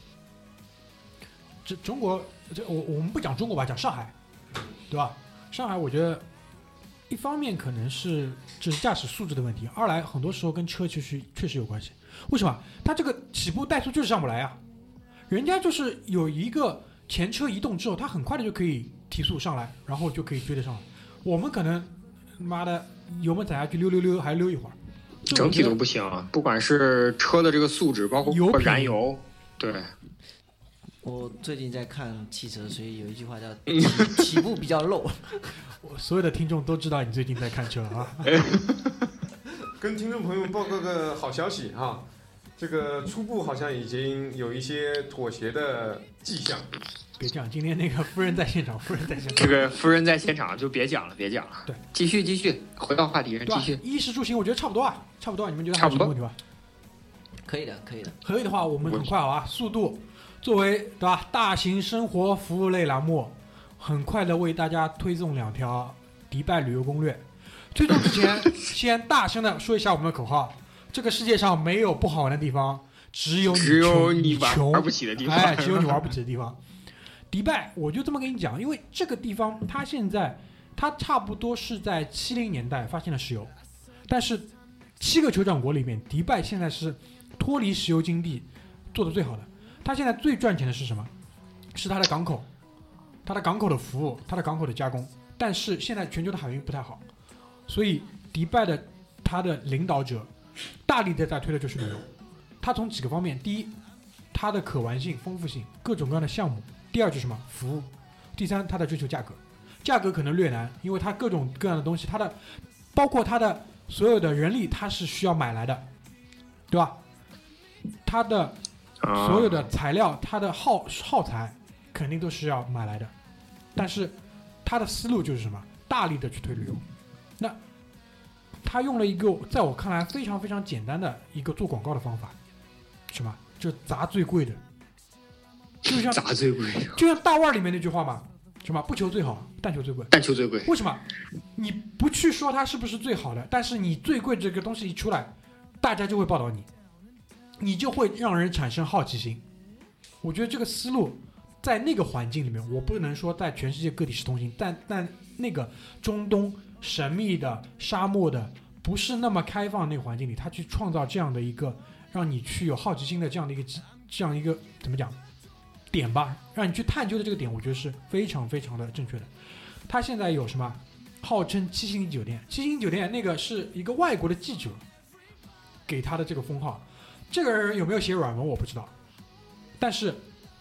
中国，我们不讲中国吧，讲上海，对吧？上海我觉得一方面可能是这是驾驶素质的问题，二来很多时候跟车确实有关系。为什么？它这个起步怠速就是上不来啊，人家就是有一个前车移动之后，它很快的就可以提速上来，然后就可以追得上来。我们可能妈的油门踩下去溜还溜一会儿， 整体都不行啊，不管是车的这个素质，包括燃油，对。 我最近在看汽车，所以有一句话叫起步比较漏。 我所有的听众都知道你最近在看车啊。 跟听众朋友们报告个好消息哈，这个初步好像已经有一些妥协的迹象。 别讲，今天那个夫人在现场， 这个夫人在现场就别讲了。 对， 继续，回到话题上继续。 衣食住行，我觉得差不多，你们觉得还有什么问题吧？ 可以的。 可以的话，我们很快好啊，速度。作为对吧大型生活服务类栏目，很快的为大家推送2条迪拜旅游攻略。推送之前，先大声的说一下我们的口号：这个世界上没有不好玩的地方，只有你玩不起的地方。 哎，只有你玩不起的地方。迪拜，我就这么跟你讲，因为这个地方它差不多是在70年代发现了石油，但是7个酋长国里面，迪拜现在是脱离石油经济做的最好的。它现在最赚钱的是什么？是它的港口，它的港口的服务，它的港口的加工。但是现在全球的海运不太好，所以迪拜的它的领导者大力的在推的就是旅游。它从几个方面，第一，它的可玩性、丰富性，各种各样的项目；第二就是什么？服务；第三，它的追求价格。价格可能略难，因为它各种各样的东西，包括它的所有的人力，它是需要买来的，对吧？它的所有的材料，它的耗材肯定都是要买来的，但是它的思路就是什么？大力的去推旅游。那他用了一个在我看来非常非常简单的一个做广告的方法，什么？就砸最贵的，就像砸最贵的， 就像大腕里面那句话嘛，什么？不求最好，但求最贵。 但求最贵。 为什么？你不去说它是不是最好的，但是你最贵这个东西一出来，大家就会报道你。你就会让人产生好奇心。我觉得这个思路在那个环境里面，我不能说在全世界各地是通行，但那个中东神秘的沙漠的不是那么开放的那个环境里，他去创造这样的一个让你去有好奇心的这样一个怎么讲点吧，让你去探究的这个点，我觉得是非常非常的正确的。他现在有什么号称7星级酒店，7星级酒店那个是一个外国的记者给他的这个封号。这个人有没有写软文我不知道，但是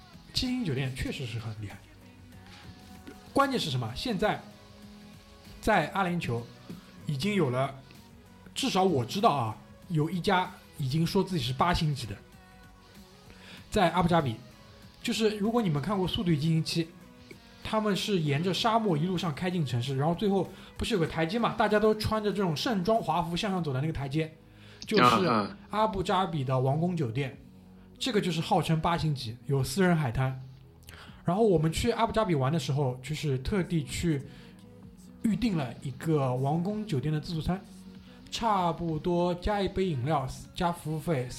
7星酒店确实是很厉害。关键是什么？现在在阿联酋已经有了，至少我知道啊，有一家已经说自己是8星级的，在阿布扎比。就是如果你们看过《速度与激情7》，他们是沿着沙漠一路上开进城市，然后最后不是有个台阶嘛，大家都穿着这种盛装华服向上走的那个台阶，就是阿布扎比的王宫酒店，这个就是号称8星级，有私人海滩。然后我们去阿布扎比玩的时候，就是特地去预定了一个王宫酒店的自助餐，差不多加一杯饮料加服务费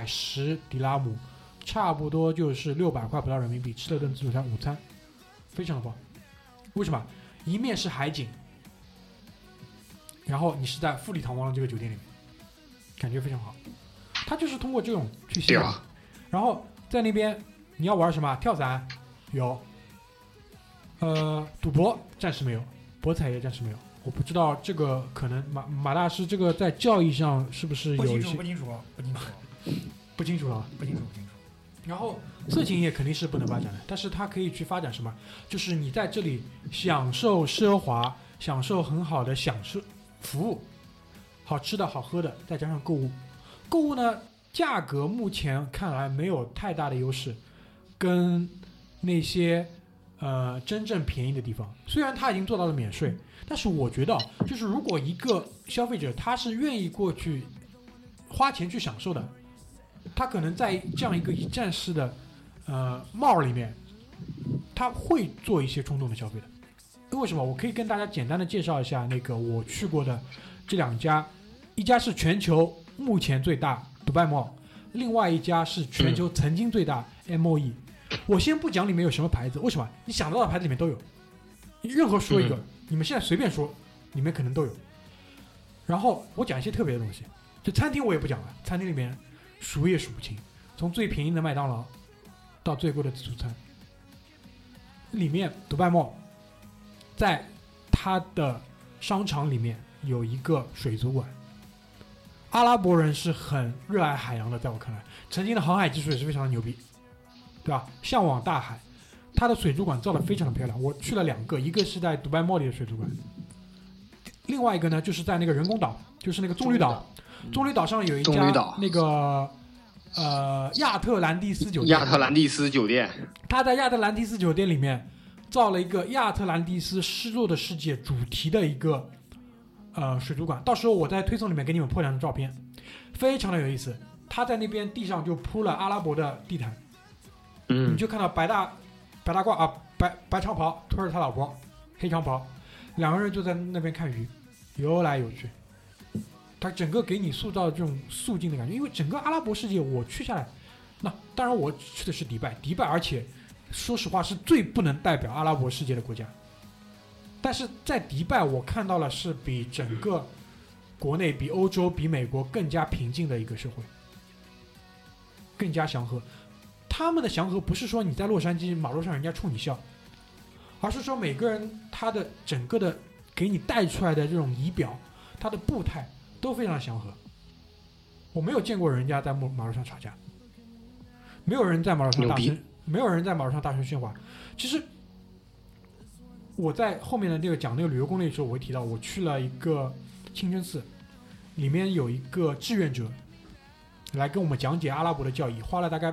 310迪拉姆，差不多就是600块不到人民币，吃了顿自助餐，午餐非常的棒。为什么？一面是海景，然后你是在富丽堂皇的这个酒店里面，感觉非常好。他就是通过这种去吸引，然后在那边你要玩什么？跳伞有，赌博暂时没有，博彩也暂时没有。我不知道这个可能马大师这个在教义上是不是有一些不清楚了。 然后色情业肯定是不能发展的，但是它可以去发展什么？就是你在这里享受奢华，享受很好的享受服务，好吃的好喝的，再加上购物。购物呢，价格目前看来没有太大的优势， 跟那些真正便宜的地方，虽然他已经做到了免税，但是我觉得就是如果一个消费者他是愿意过去花钱去享受的，他可能在这样一个一站式的mall 里面，他会做一些冲动的消费的。为什么？我可以跟大家简单的介绍一下那个我去过的这2家，一家是全球目前最大 Dubai Mall， 另外一家是全球曾经最大 MOE。我先不讲里面有什么牌子，为什么？你想到的牌子里面都有，任何说一个，你们现在随便说，里面可能都有。然后我讲一些特别的东西，就餐厅我也不讲了，餐厅里面数也数不清，从最便宜的麦当劳到最贵的自助餐。里面Dubai Mall在它的商场里面有一个水族馆。阿拉伯人是很热爱海洋的，在我看来，曾经的航海技术也是非常的牛逼，对吧？向往大海，它的水族馆造得非常的漂亮。我去了2个，一个是在Dubai Mall里的水族馆，另外一个呢就是在那个人工岛，就是那个棕榈岛。棕榈岛上有一家那个亚特兰蒂斯酒店。亚特兰蒂斯酒店，他在亚特兰蒂斯酒店里面造了一个亚特兰蒂斯失落的世界主题的一个水族馆。到时候我在推送里面给你们破2张照片，非常的有意思。他在那边地上就铺了阿拉伯的地毯，你就看到白大褂啊，白长袍推着他老婆黑长袍，2个人就在那边看鱼，游来游去。他整个给你塑造这种肃静的感觉，因为整个阿拉伯世界我去下来，那当然我去的是迪拜，而且说实话是最不能代表阿拉伯世界的国家。但是在迪拜我看到了是比整个国内、比欧洲、比美国更加平静的一个社会，更加祥和。他们的祥和不是说你在洛杉矶马路上人家冲你笑，而是说每个人他的整个的给你带出来的这种仪表，他的步态都非常祥和。我没有见过人家在马路上吵架，没有人在马路上大声喧哗。其实我在后面的那个讲那个旅游攻略的时候，我会提到我去了一个清真寺，里面有一个志愿者来跟我们讲解阿拉伯的教义，花了大概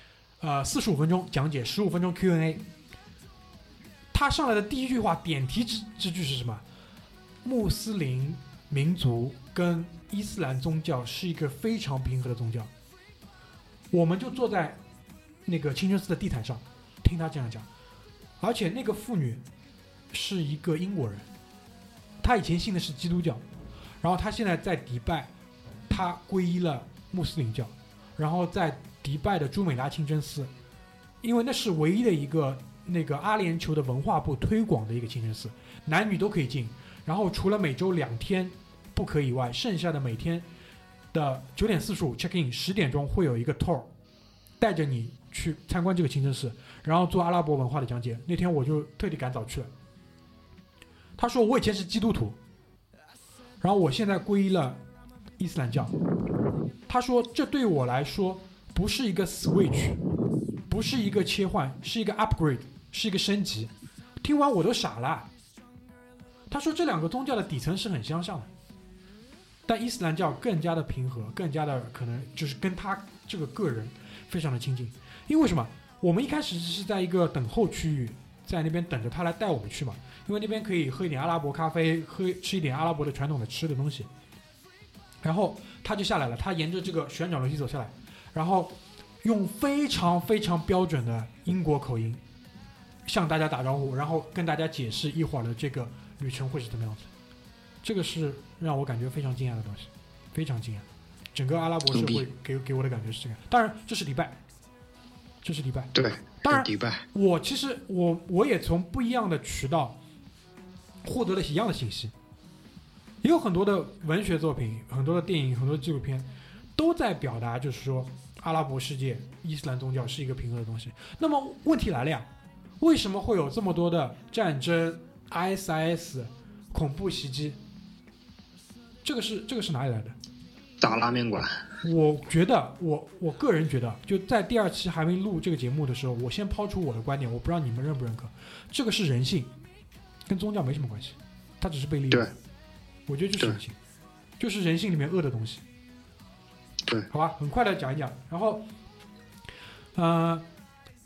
45分钟讲解，15分钟 Q&A。 他上来的第一句话点题之句是什么？穆斯林民族跟伊斯兰宗教是一个非常平和的宗教。我们就坐在那个清真寺的地毯上听他这样讲，而且那个妇女是一个英国人，她以前信的是基督教，然后她现在在迪拜，她皈依了穆斯林教，然后在迪拜的朱美拉清真寺，因为那是唯一的一个那个阿联酋的文化部推广的一个清真寺，男女都可以进，然后除了每周2天不可以外，剩下的每天的9点45 check in， 10点钟会有一个 tour 带着你去参观这个清真寺，然后做阿拉伯文化的讲解。那天我就特地赶早去了。他说我以前是基督徒，然后我现在皈依了伊斯兰教。他说这对我来说不是一个 switch， 不是一个切换，是一个 upgrade， 是一个升级。听完我都傻了。他说这2个宗教的底层是很相像的，但伊斯兰教更加的平和，更加的可能就是跟他这个个人非常的亲近。因为什么？我们一开始是在一个等候区域，在那边等着他来带我们去嘛，因为那边可以喝一点阿拉伯咖啡，吃一点阿拉伯的传统的吃的东西。然后他就下来了，他沿着这个旋转楼梯走下来，然后用非常非常标准的英国口音向大家打招呼，然后跟大家解释一会儿的这个旅程会是怎么样子。这个是让我感觉非常惊讶的东西，非常惊讶。整个阿拉伯社会给我的感觉是这样。当然这是迪拜，对，当然迪拜。我其实我也从不一样的渠道获得了一样的信息，也有很多的文学作品、很多的电影、很多的纪录片都在表达，就是说阿拉伯世界伊斯兰宗教是一个平和的东西。那么问题来了呀，为什么会有这么多的战争、ISIS、恐怖袭击？这个是哪里来的？ 大拉面馆。 我觉得我个人觉得，就在第2期还没录这个节目的时候，我先抛出我的观点，我不知道你们认不认可。这个是人性，跟宗教没什么关系，它只是被利用。对，我觉得就是人性，就是人性里面恶的东西。对，好吧，很快的讲一讲。然后，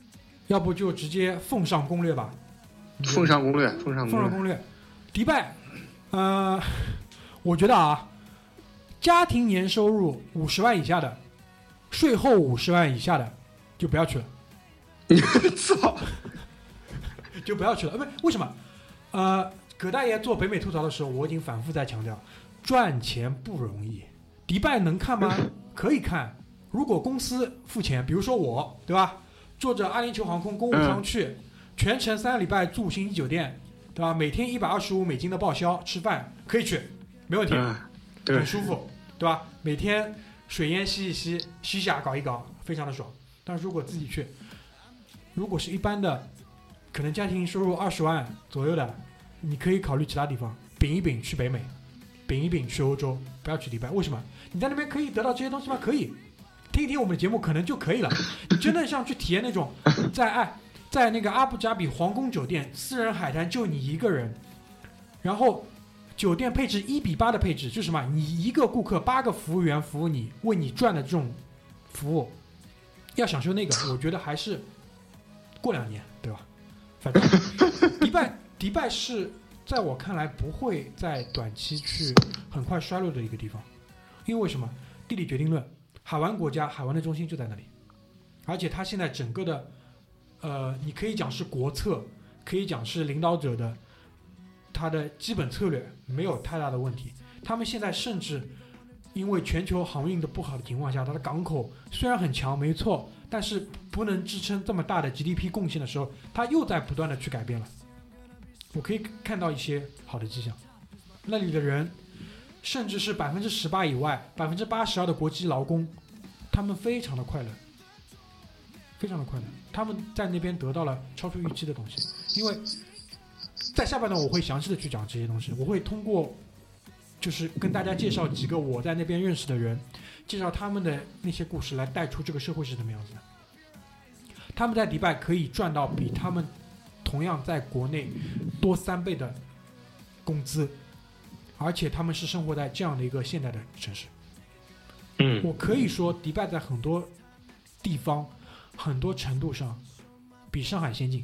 要不就直接奉上攻略吧。 奉上攻略。 迪拜，我觉得啊，家庭年收入50万以下的，税后50万以下的，就不要去了。 操！ 就不要去了。不是为什么？葛大爷做北美吐槽的时候，我已经反复在强调，赚钱不容易。迪拜能看吗？可以看。如果公司付钱，比如说我，对吧？坐着阿联酋航空公务舱去，全程3个礼拜住星级酒店，对吧？每天125美金的报销，吃饭可以去，没问题，很舒服，对吧？每天水烟吸一吸，西夏搞一搞，非常的爽。但是如果自己去，如果是一般的，可能家庭收入20万左右的，你可以考虑其他地方，饼一饼去北美，饼一饼去欧洲，不要去迪拜。为什么？你在那边可以得到这些东西吗？可以。听一听我们的节目可能就可以了。你真的像去体验那种在那个阿布扎比皇宫酒店私人海滩就你一个人，然后酒店配置1:8的配置，就是什么？你一个顾客8个服务员服务你，为你赚的这种服务，要享受那个，我觉得还是过2年，对吧？反正迪拜是在我看来不会在短期去很快衰落的一个地方，因为什么？地理决定论。海湾国家，海湾的中心就在那里，而且它现在整个的，你可以讲是国策，可以讲是领导者的他的基本策略没有太大的问题。他们现在甚至因为全球航运的不好的情况下，它的港口虽然很强，没错，但是不能支撑这么大的 GDP 贡献的时候，它又在不断的去改变了。我可以看到一些好的迹象，那里的人。甚至是18%以外，82%的国际劳工，他们非常的快乐，非常的快乐。他们在那边得到了超出预期的东西。因为在下半段我会详细的去讲这些东西，我会通过就是跟大家介绍几个我在那边认识的人，介绍他们的那些故事，来带出这个社会是怎么样子的。他们在迪拜可以赚到比他们同样在国内多3倍的工资。而且他们是生活在这样的一个现代的城市，我可以说迪拜在很多地方、很多程度上比上海先进，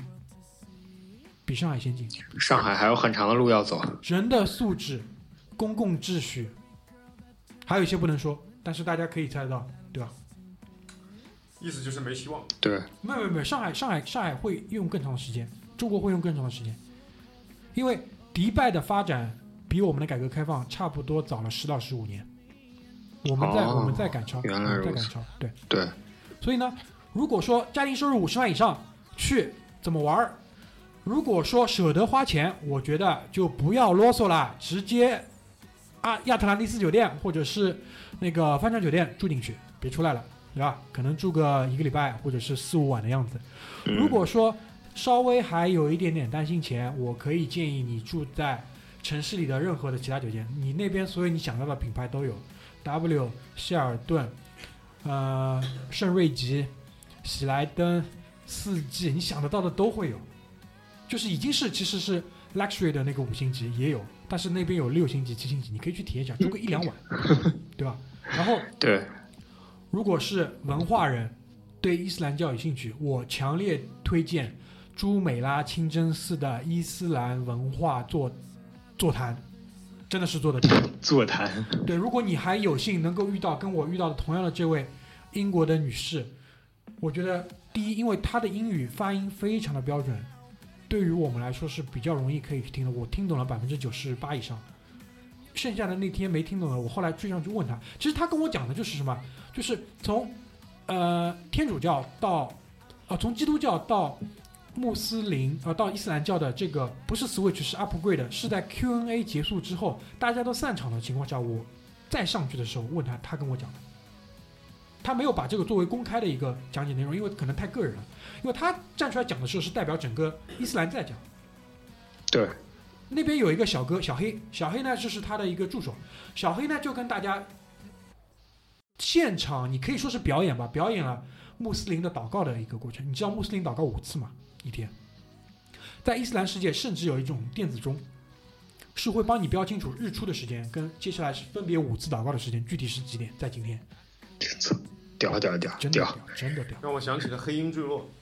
上海还有很长的路要走。 人的素质、公共秩序，还有一些不能说，但是大家可以猜得到，对吧？ 意思就是没希望。 对， 没有，上海会用更长的时间，中国会用更长的时间，因为迪拜的发展。比我们的改革开放差不多早了10到15年，我们在赶超， 原来如此， 对。所以呢，如果说家庭收入50万以上去怎么玩？如果说舍得花钱，我觉得就不要啰嗦了，直接亚特兰蒂斯酒店或者是那个帆船酒店住进去，别出来了，对吧？可能住个1个礼拜或者是4、5晚的样子。如果说稍微还有一点点担心钱，我可以建议你住在城市里的任何的其他酒店，你那边所有你想到的品牌都有 ，W、希尔顿、圣瑞吉、喜来登、四季，你想得到的都会有，就是已经是其实是 luxury 的那个5星级也有，但是那边有6星级、7星级，你可以去体验一下，住个1、2晚，对吧？然后对， 如果是文化人对伊斯兰教有兴趣，我强烈推荐朱美拉清真寺的伊斯兰文化座谈，真的是做得到。 座谈， 对，如果你还有幸能够跟我遇到的同样的这位英国的女士，我觉得第一，因为她的英语发音非常的标准，对于我们来说是比较容易可以听的，我听懂了98%以上，剩下的那天没听懂的，我后来追上去问她，其实她跟我讲的就是什么，就是从天主教到从基督教到穆斯林到伊斯兰教的这个不是 switch 是 upgrade， 是在 Q&A 结束之后大家都散场的情况下，我再上去的时候问他，他跟我讲的，他没有把这个作为公开的一个讲解内容，因为可能太个人了，因为他站出来讲的时候是代表整个伊斯兰在讲。 对， 那边有一个小哥小黑呢就是他的一个助手，小黑呢就跟大家现场你可以说是表演吧，表演了穆斯林的祷告的一个过程。你知道穆斯林祷告5次吗？一天。在伊斯兰世界甚至有一种电子钟，是会帮你标清楚日出的时间跟接下来是分别5次祷告的时间，具体是几点，在今天。 屌， 真的屌。 让我想起了黑鹰坠落。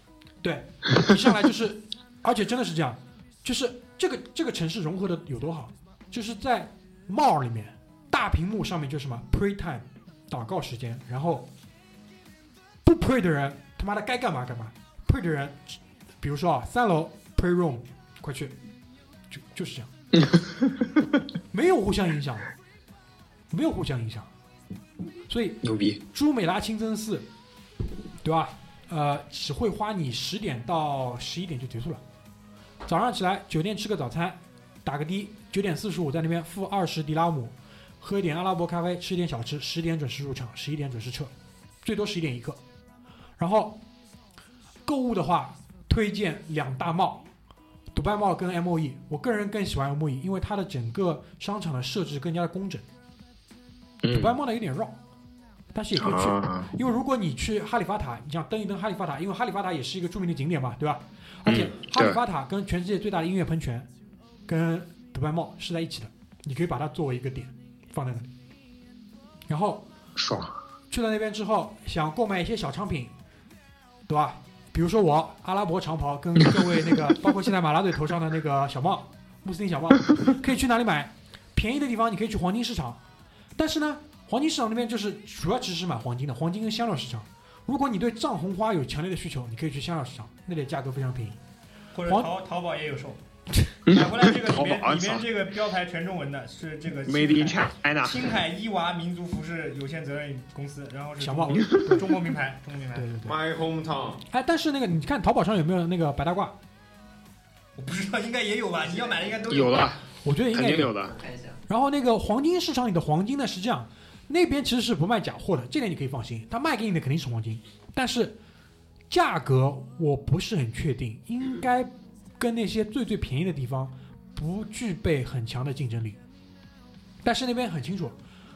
对，一上来就是，而且真的是这样，就是这个城市融合的有多好，就是在 mall 里面大屏幕上面就是什么 pray time 祷告时间，然后不 pray 的人他妈的该干嘛干嘛 ，pray 的人，比如说啊3楼 pray room 快去，就是这样，没有互相影响，没有互相影响，所以牛逼， 朱美拉清真寺，对吧？只会花你10点到11点就结束了。早上起来酒店吃个早餐，打个的，9点45在那边付20迪拉姆，喝一点阿拉伯咖啡，吃一点小吃，10点准时入场，11点准时撤，最多11点一刻。然后购物的话，推荐2大mall，迪拜 mall 跟 MOE， 我个人更喜欢 MOE， 因为它的整个商场的设置更加的工整。迪拜 mall 呢有点绕。但是也可以去，因为如果你去哈利法塔，你想登一登哈利法塔，因为哈利法塔也是一个著名的景点嘛，对吧？而且哈利法塔跟全世界最大的音乐喷泉，跟迪拜 mall 是在一起的，你可以把它作为一个点放在那里。然后爽， 去了那边之后，想购买一些小商品，对吧？比如说我阿拉伯长袍跟各位那个，包括现在马拉队头上的那个小帽，穆斯林小帽，可以去哪里买？便宜的地方你可以去黄金市场，但是呢。黄金市场那边就是主要其实是买黄金的，黄金跟香料市场。如果你对藏红花有强烈的需求，你可以去香料市场，那里价格非常便宜。 或者淘宝也有售。买回来这个里面这个标牌全中文的是这个 Made in China 青海伊娃民族服饰有限责任公司，然后是小帽， 中国名牌，中国名牌。 对对对。 My hometown。 哎，但是那个你看淘宝上有没有那个白大褂？ 我不知道，应该也有吧？你要买的应该都有了， 我觉得应该有的。 然后那个黄金市场里的黄金呢是这样。那边其实是不卖假货的，这点你可以放心，他卖给你的肯定是黄金，但是价格我不是很确定，应该跟那些最便宜的地方不具备很强的竞争力。但是那边很清楚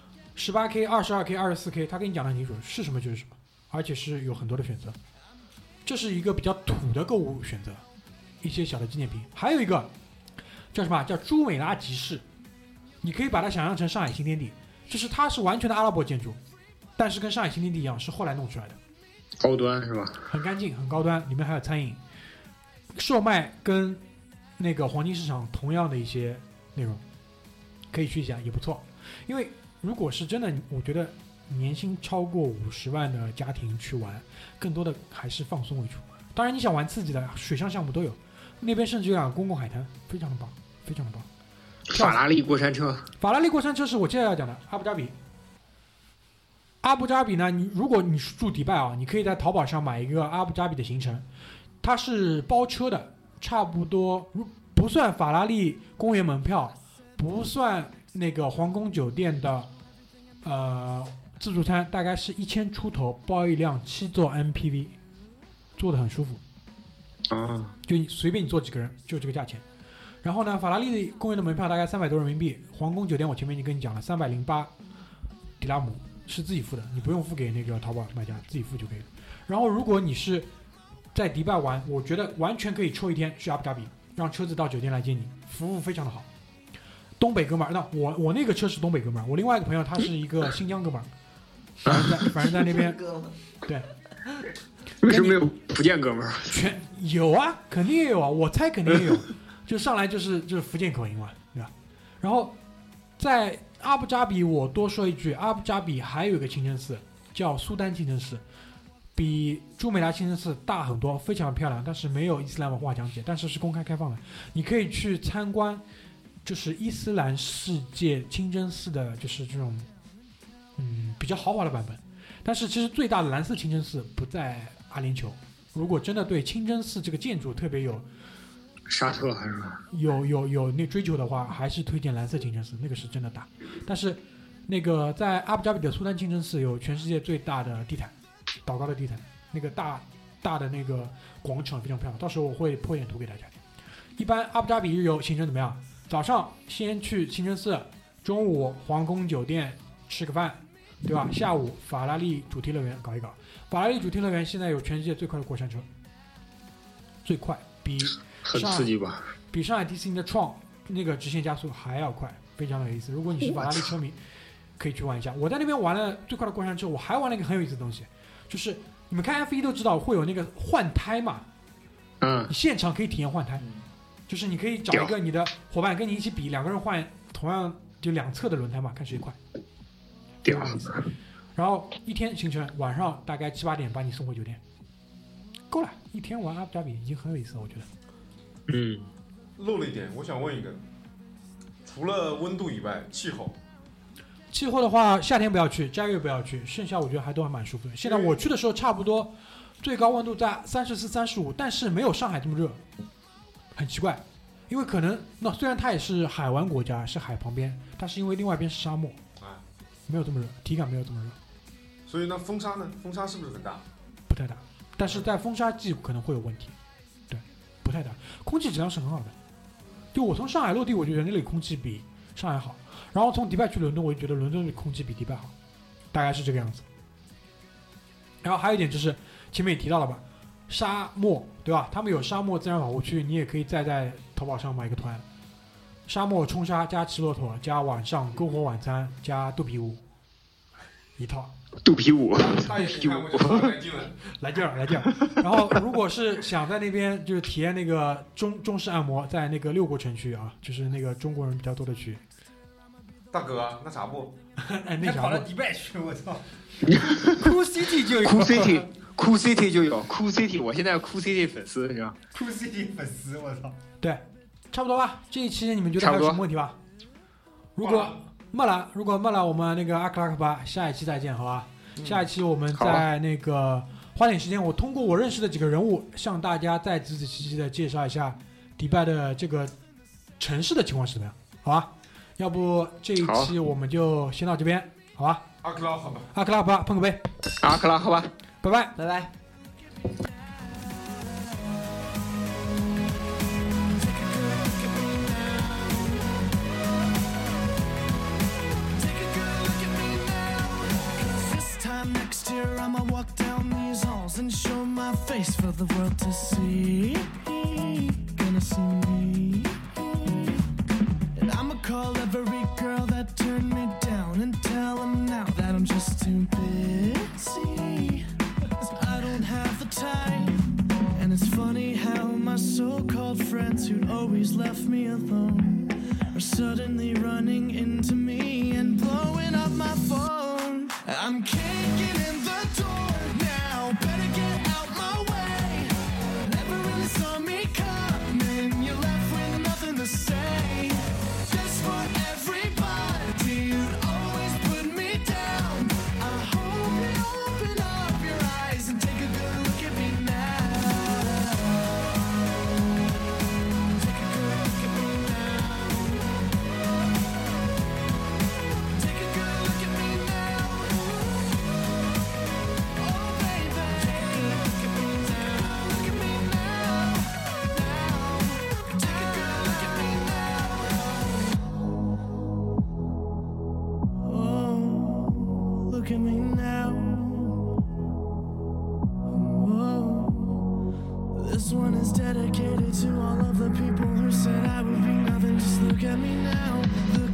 ，18K、22K、24K，他跟你讲的很清楚，是什么就是什么，而且是有很多的选择，这是一个比较土的购物选择，一些小的纪念品。还有一个叫什么？叫朱美拉集市，你可以把它想象成上海新天地。就是它是完全的阿拉伯建筑，但是跟上海新天地一样是后来弄出来的， 高端是吧？很干净很高端，里面还有餐饮，售卖跟那个黄金市场同样的一些内容，可以去一下也不错。因为如果是真的，我觉得年薪超过50万的家庭去玩，更多的还是放松为主。当然你想玩刺激的，水上项目都有，那边甚至有2个公共海滩，非常的棒，非常的棒。 法拉利过山车， 法拉利过山车是我接下来要讲的阿布扎比。阿布扎比呢，如果你住迪拜啊，你可以在淘宝上买一个阿布扎比的行程，它是包车的，差不多不算法拉利公园门票，不算那个皇宫酒店的自助餐，大概是1000出头，包一辆7座 MPV， 坐得很舒服。就随便你坐几个人，就这个价钱。然后呢，法拉利公园的门票大概300多人民币，皇宫酒店我前面已经跟你讲了，308迪拉姆是自己付的，你不用付给那个淘宝卖家，自己付就可以了。然后如果你是在迪拜玩，我觉得完全可以抽一天去阿布扎比，让车子到酒店来接你，服务非常的好。东北哥们儿，那我那个车是东北哥们儿，我另外一个朋友他是一个新疆哥们儿，反正在那边，对。 为什么没有福建哥们儿？ 全有啊，肯定也有啊，我猜肯定也有。就上来就是福建口音嘛，对吧？然后在阿布扎比，我多说一句，阿布扎比还有一个清真寺叫苏丹清真寺，比朱美拉清真寺大很多，非常漂亮，但是没有伊斯兰文化讲解，但是是公开开放的，你可以去参观，就是伊斯兰世界清真寺的，就是这种比较豪华的版本。但是其实最大的蓝色清真寺不在阿联酋，如果真的对清真寺这个建筑特别有沙特还是有那追求的话，还是推荐蓝色清真寺，那个是真的大。但是那个在阿布扎比的苏丹清真寺有全世界最大的地毯，祷告的地毯，那个大的那个广场非常漂亮，到时候我会破一点图给大家。一般阿布扎比日游行程怎么样？早上先去清真寺，中午皇宫酒店吃个饭，对吧？下午法拉利主题乐园搞一搞。法拉利主题乐园现在有全世界最快的过山车，最快比很刺激吧？ 比上海迪士尼的创那个直线加速还要快，非常的有意思。如果你是法拉利车迷，可以去玩一下。我在那边玩了最快的过山车，我还玩了一个很有意思的东西，就是你们看 F1 都知道会有那个换胎嘛， 你现场可以体验换胎，就是你可以找一个你的伙伴跟你一起比，2个人换同样就2侧的轮胎嘛，看谁快。 屌。 然后一天行程，晚上大概7、8点把你送回酒店，够了，一天玩阿布扎比已经很有意思了，我觉得。 漏了一点，我想问一个，除了温度以外，气候的话，夏天不要去，佳月不要去，剩下我觉得还都还蛮舒服的。现在我去的时候，差不多最高温度在34、35，但是没有上海这么热，很奇怪。因为可能虽然它也是海湾国家，是海旁边，但是因为另外一边是沙漠，没有这么热，体感没有这么热。 所以那风沙呢？风沙是不是很大？ 不太大，但是在风沙季可能会有问题。对，不太大，空气质量是很好的。就我从上海落地，我觉得那里空气比上海好，然后从迪拜去伦敦，我就觉得伦敦的空气比迪拜好，大概是这个样子。然后还有一点就是前面也提到了吧，沙漠对吧？他们有沙漠自然保护区，你也可以再在淘宝上买一个团，沙漠冲沙加骑骆驼加晚上篝火晚餐加肚皮舞，一套。 肚皮舞， 他也是看过这个来劲儿。然后如果是想在那边就是体验那个中式按摩，在那个6国城区啊，就是那个中国人比较多的区。 大哥啊，那啥不？ 哎，那啥不？ 跑到迪拜去，我操 ！Cool City 就有 ，Cool City 就有 Cool City， 我现在 Cool City 粉丝是吧 ？Cool City 粉丝，我操！ 对，差不多吧。这一期你们觉得还有什么问题吧？如果没了，我们那个阿克拉克吧，下一期再见，好吧？下一期我们在那个花点时间，我通过我认识的几个人物，向大家再仔仔细细的介绍一下迪拜的这个城市的情况是怎么样，好吧？要不这一期我们就先到这边，好吧？ 阿克拉好吧， 阿克拉吧，碰个杯。 阿克拉好吧， 拜拜， 拜拜。 Next year I'ma walk down these halls and show my face for the world to see. Gonna see me. And I'ma call every girl that turned me down and tell them now that I'm just too busy. I don't have the time. And it's funny how my so-called friends who'd always left me alone are suddenly running into me and blowing up my phone. I'm kicking in the door now, better get out my way. Never really saw me coming, you're left with nothing to say. Just for everybody, you'd always put me down. I hope you open up your eyes and take a good look at me now. Take a good look at me now. Take a good look at me now. Oh baby, take a good look at me now. Look at me now, now. Take a good look at me now. Oh, look at me now. Oh, this one is dedicated to all of the people who said I would be nothing. Just look at me now.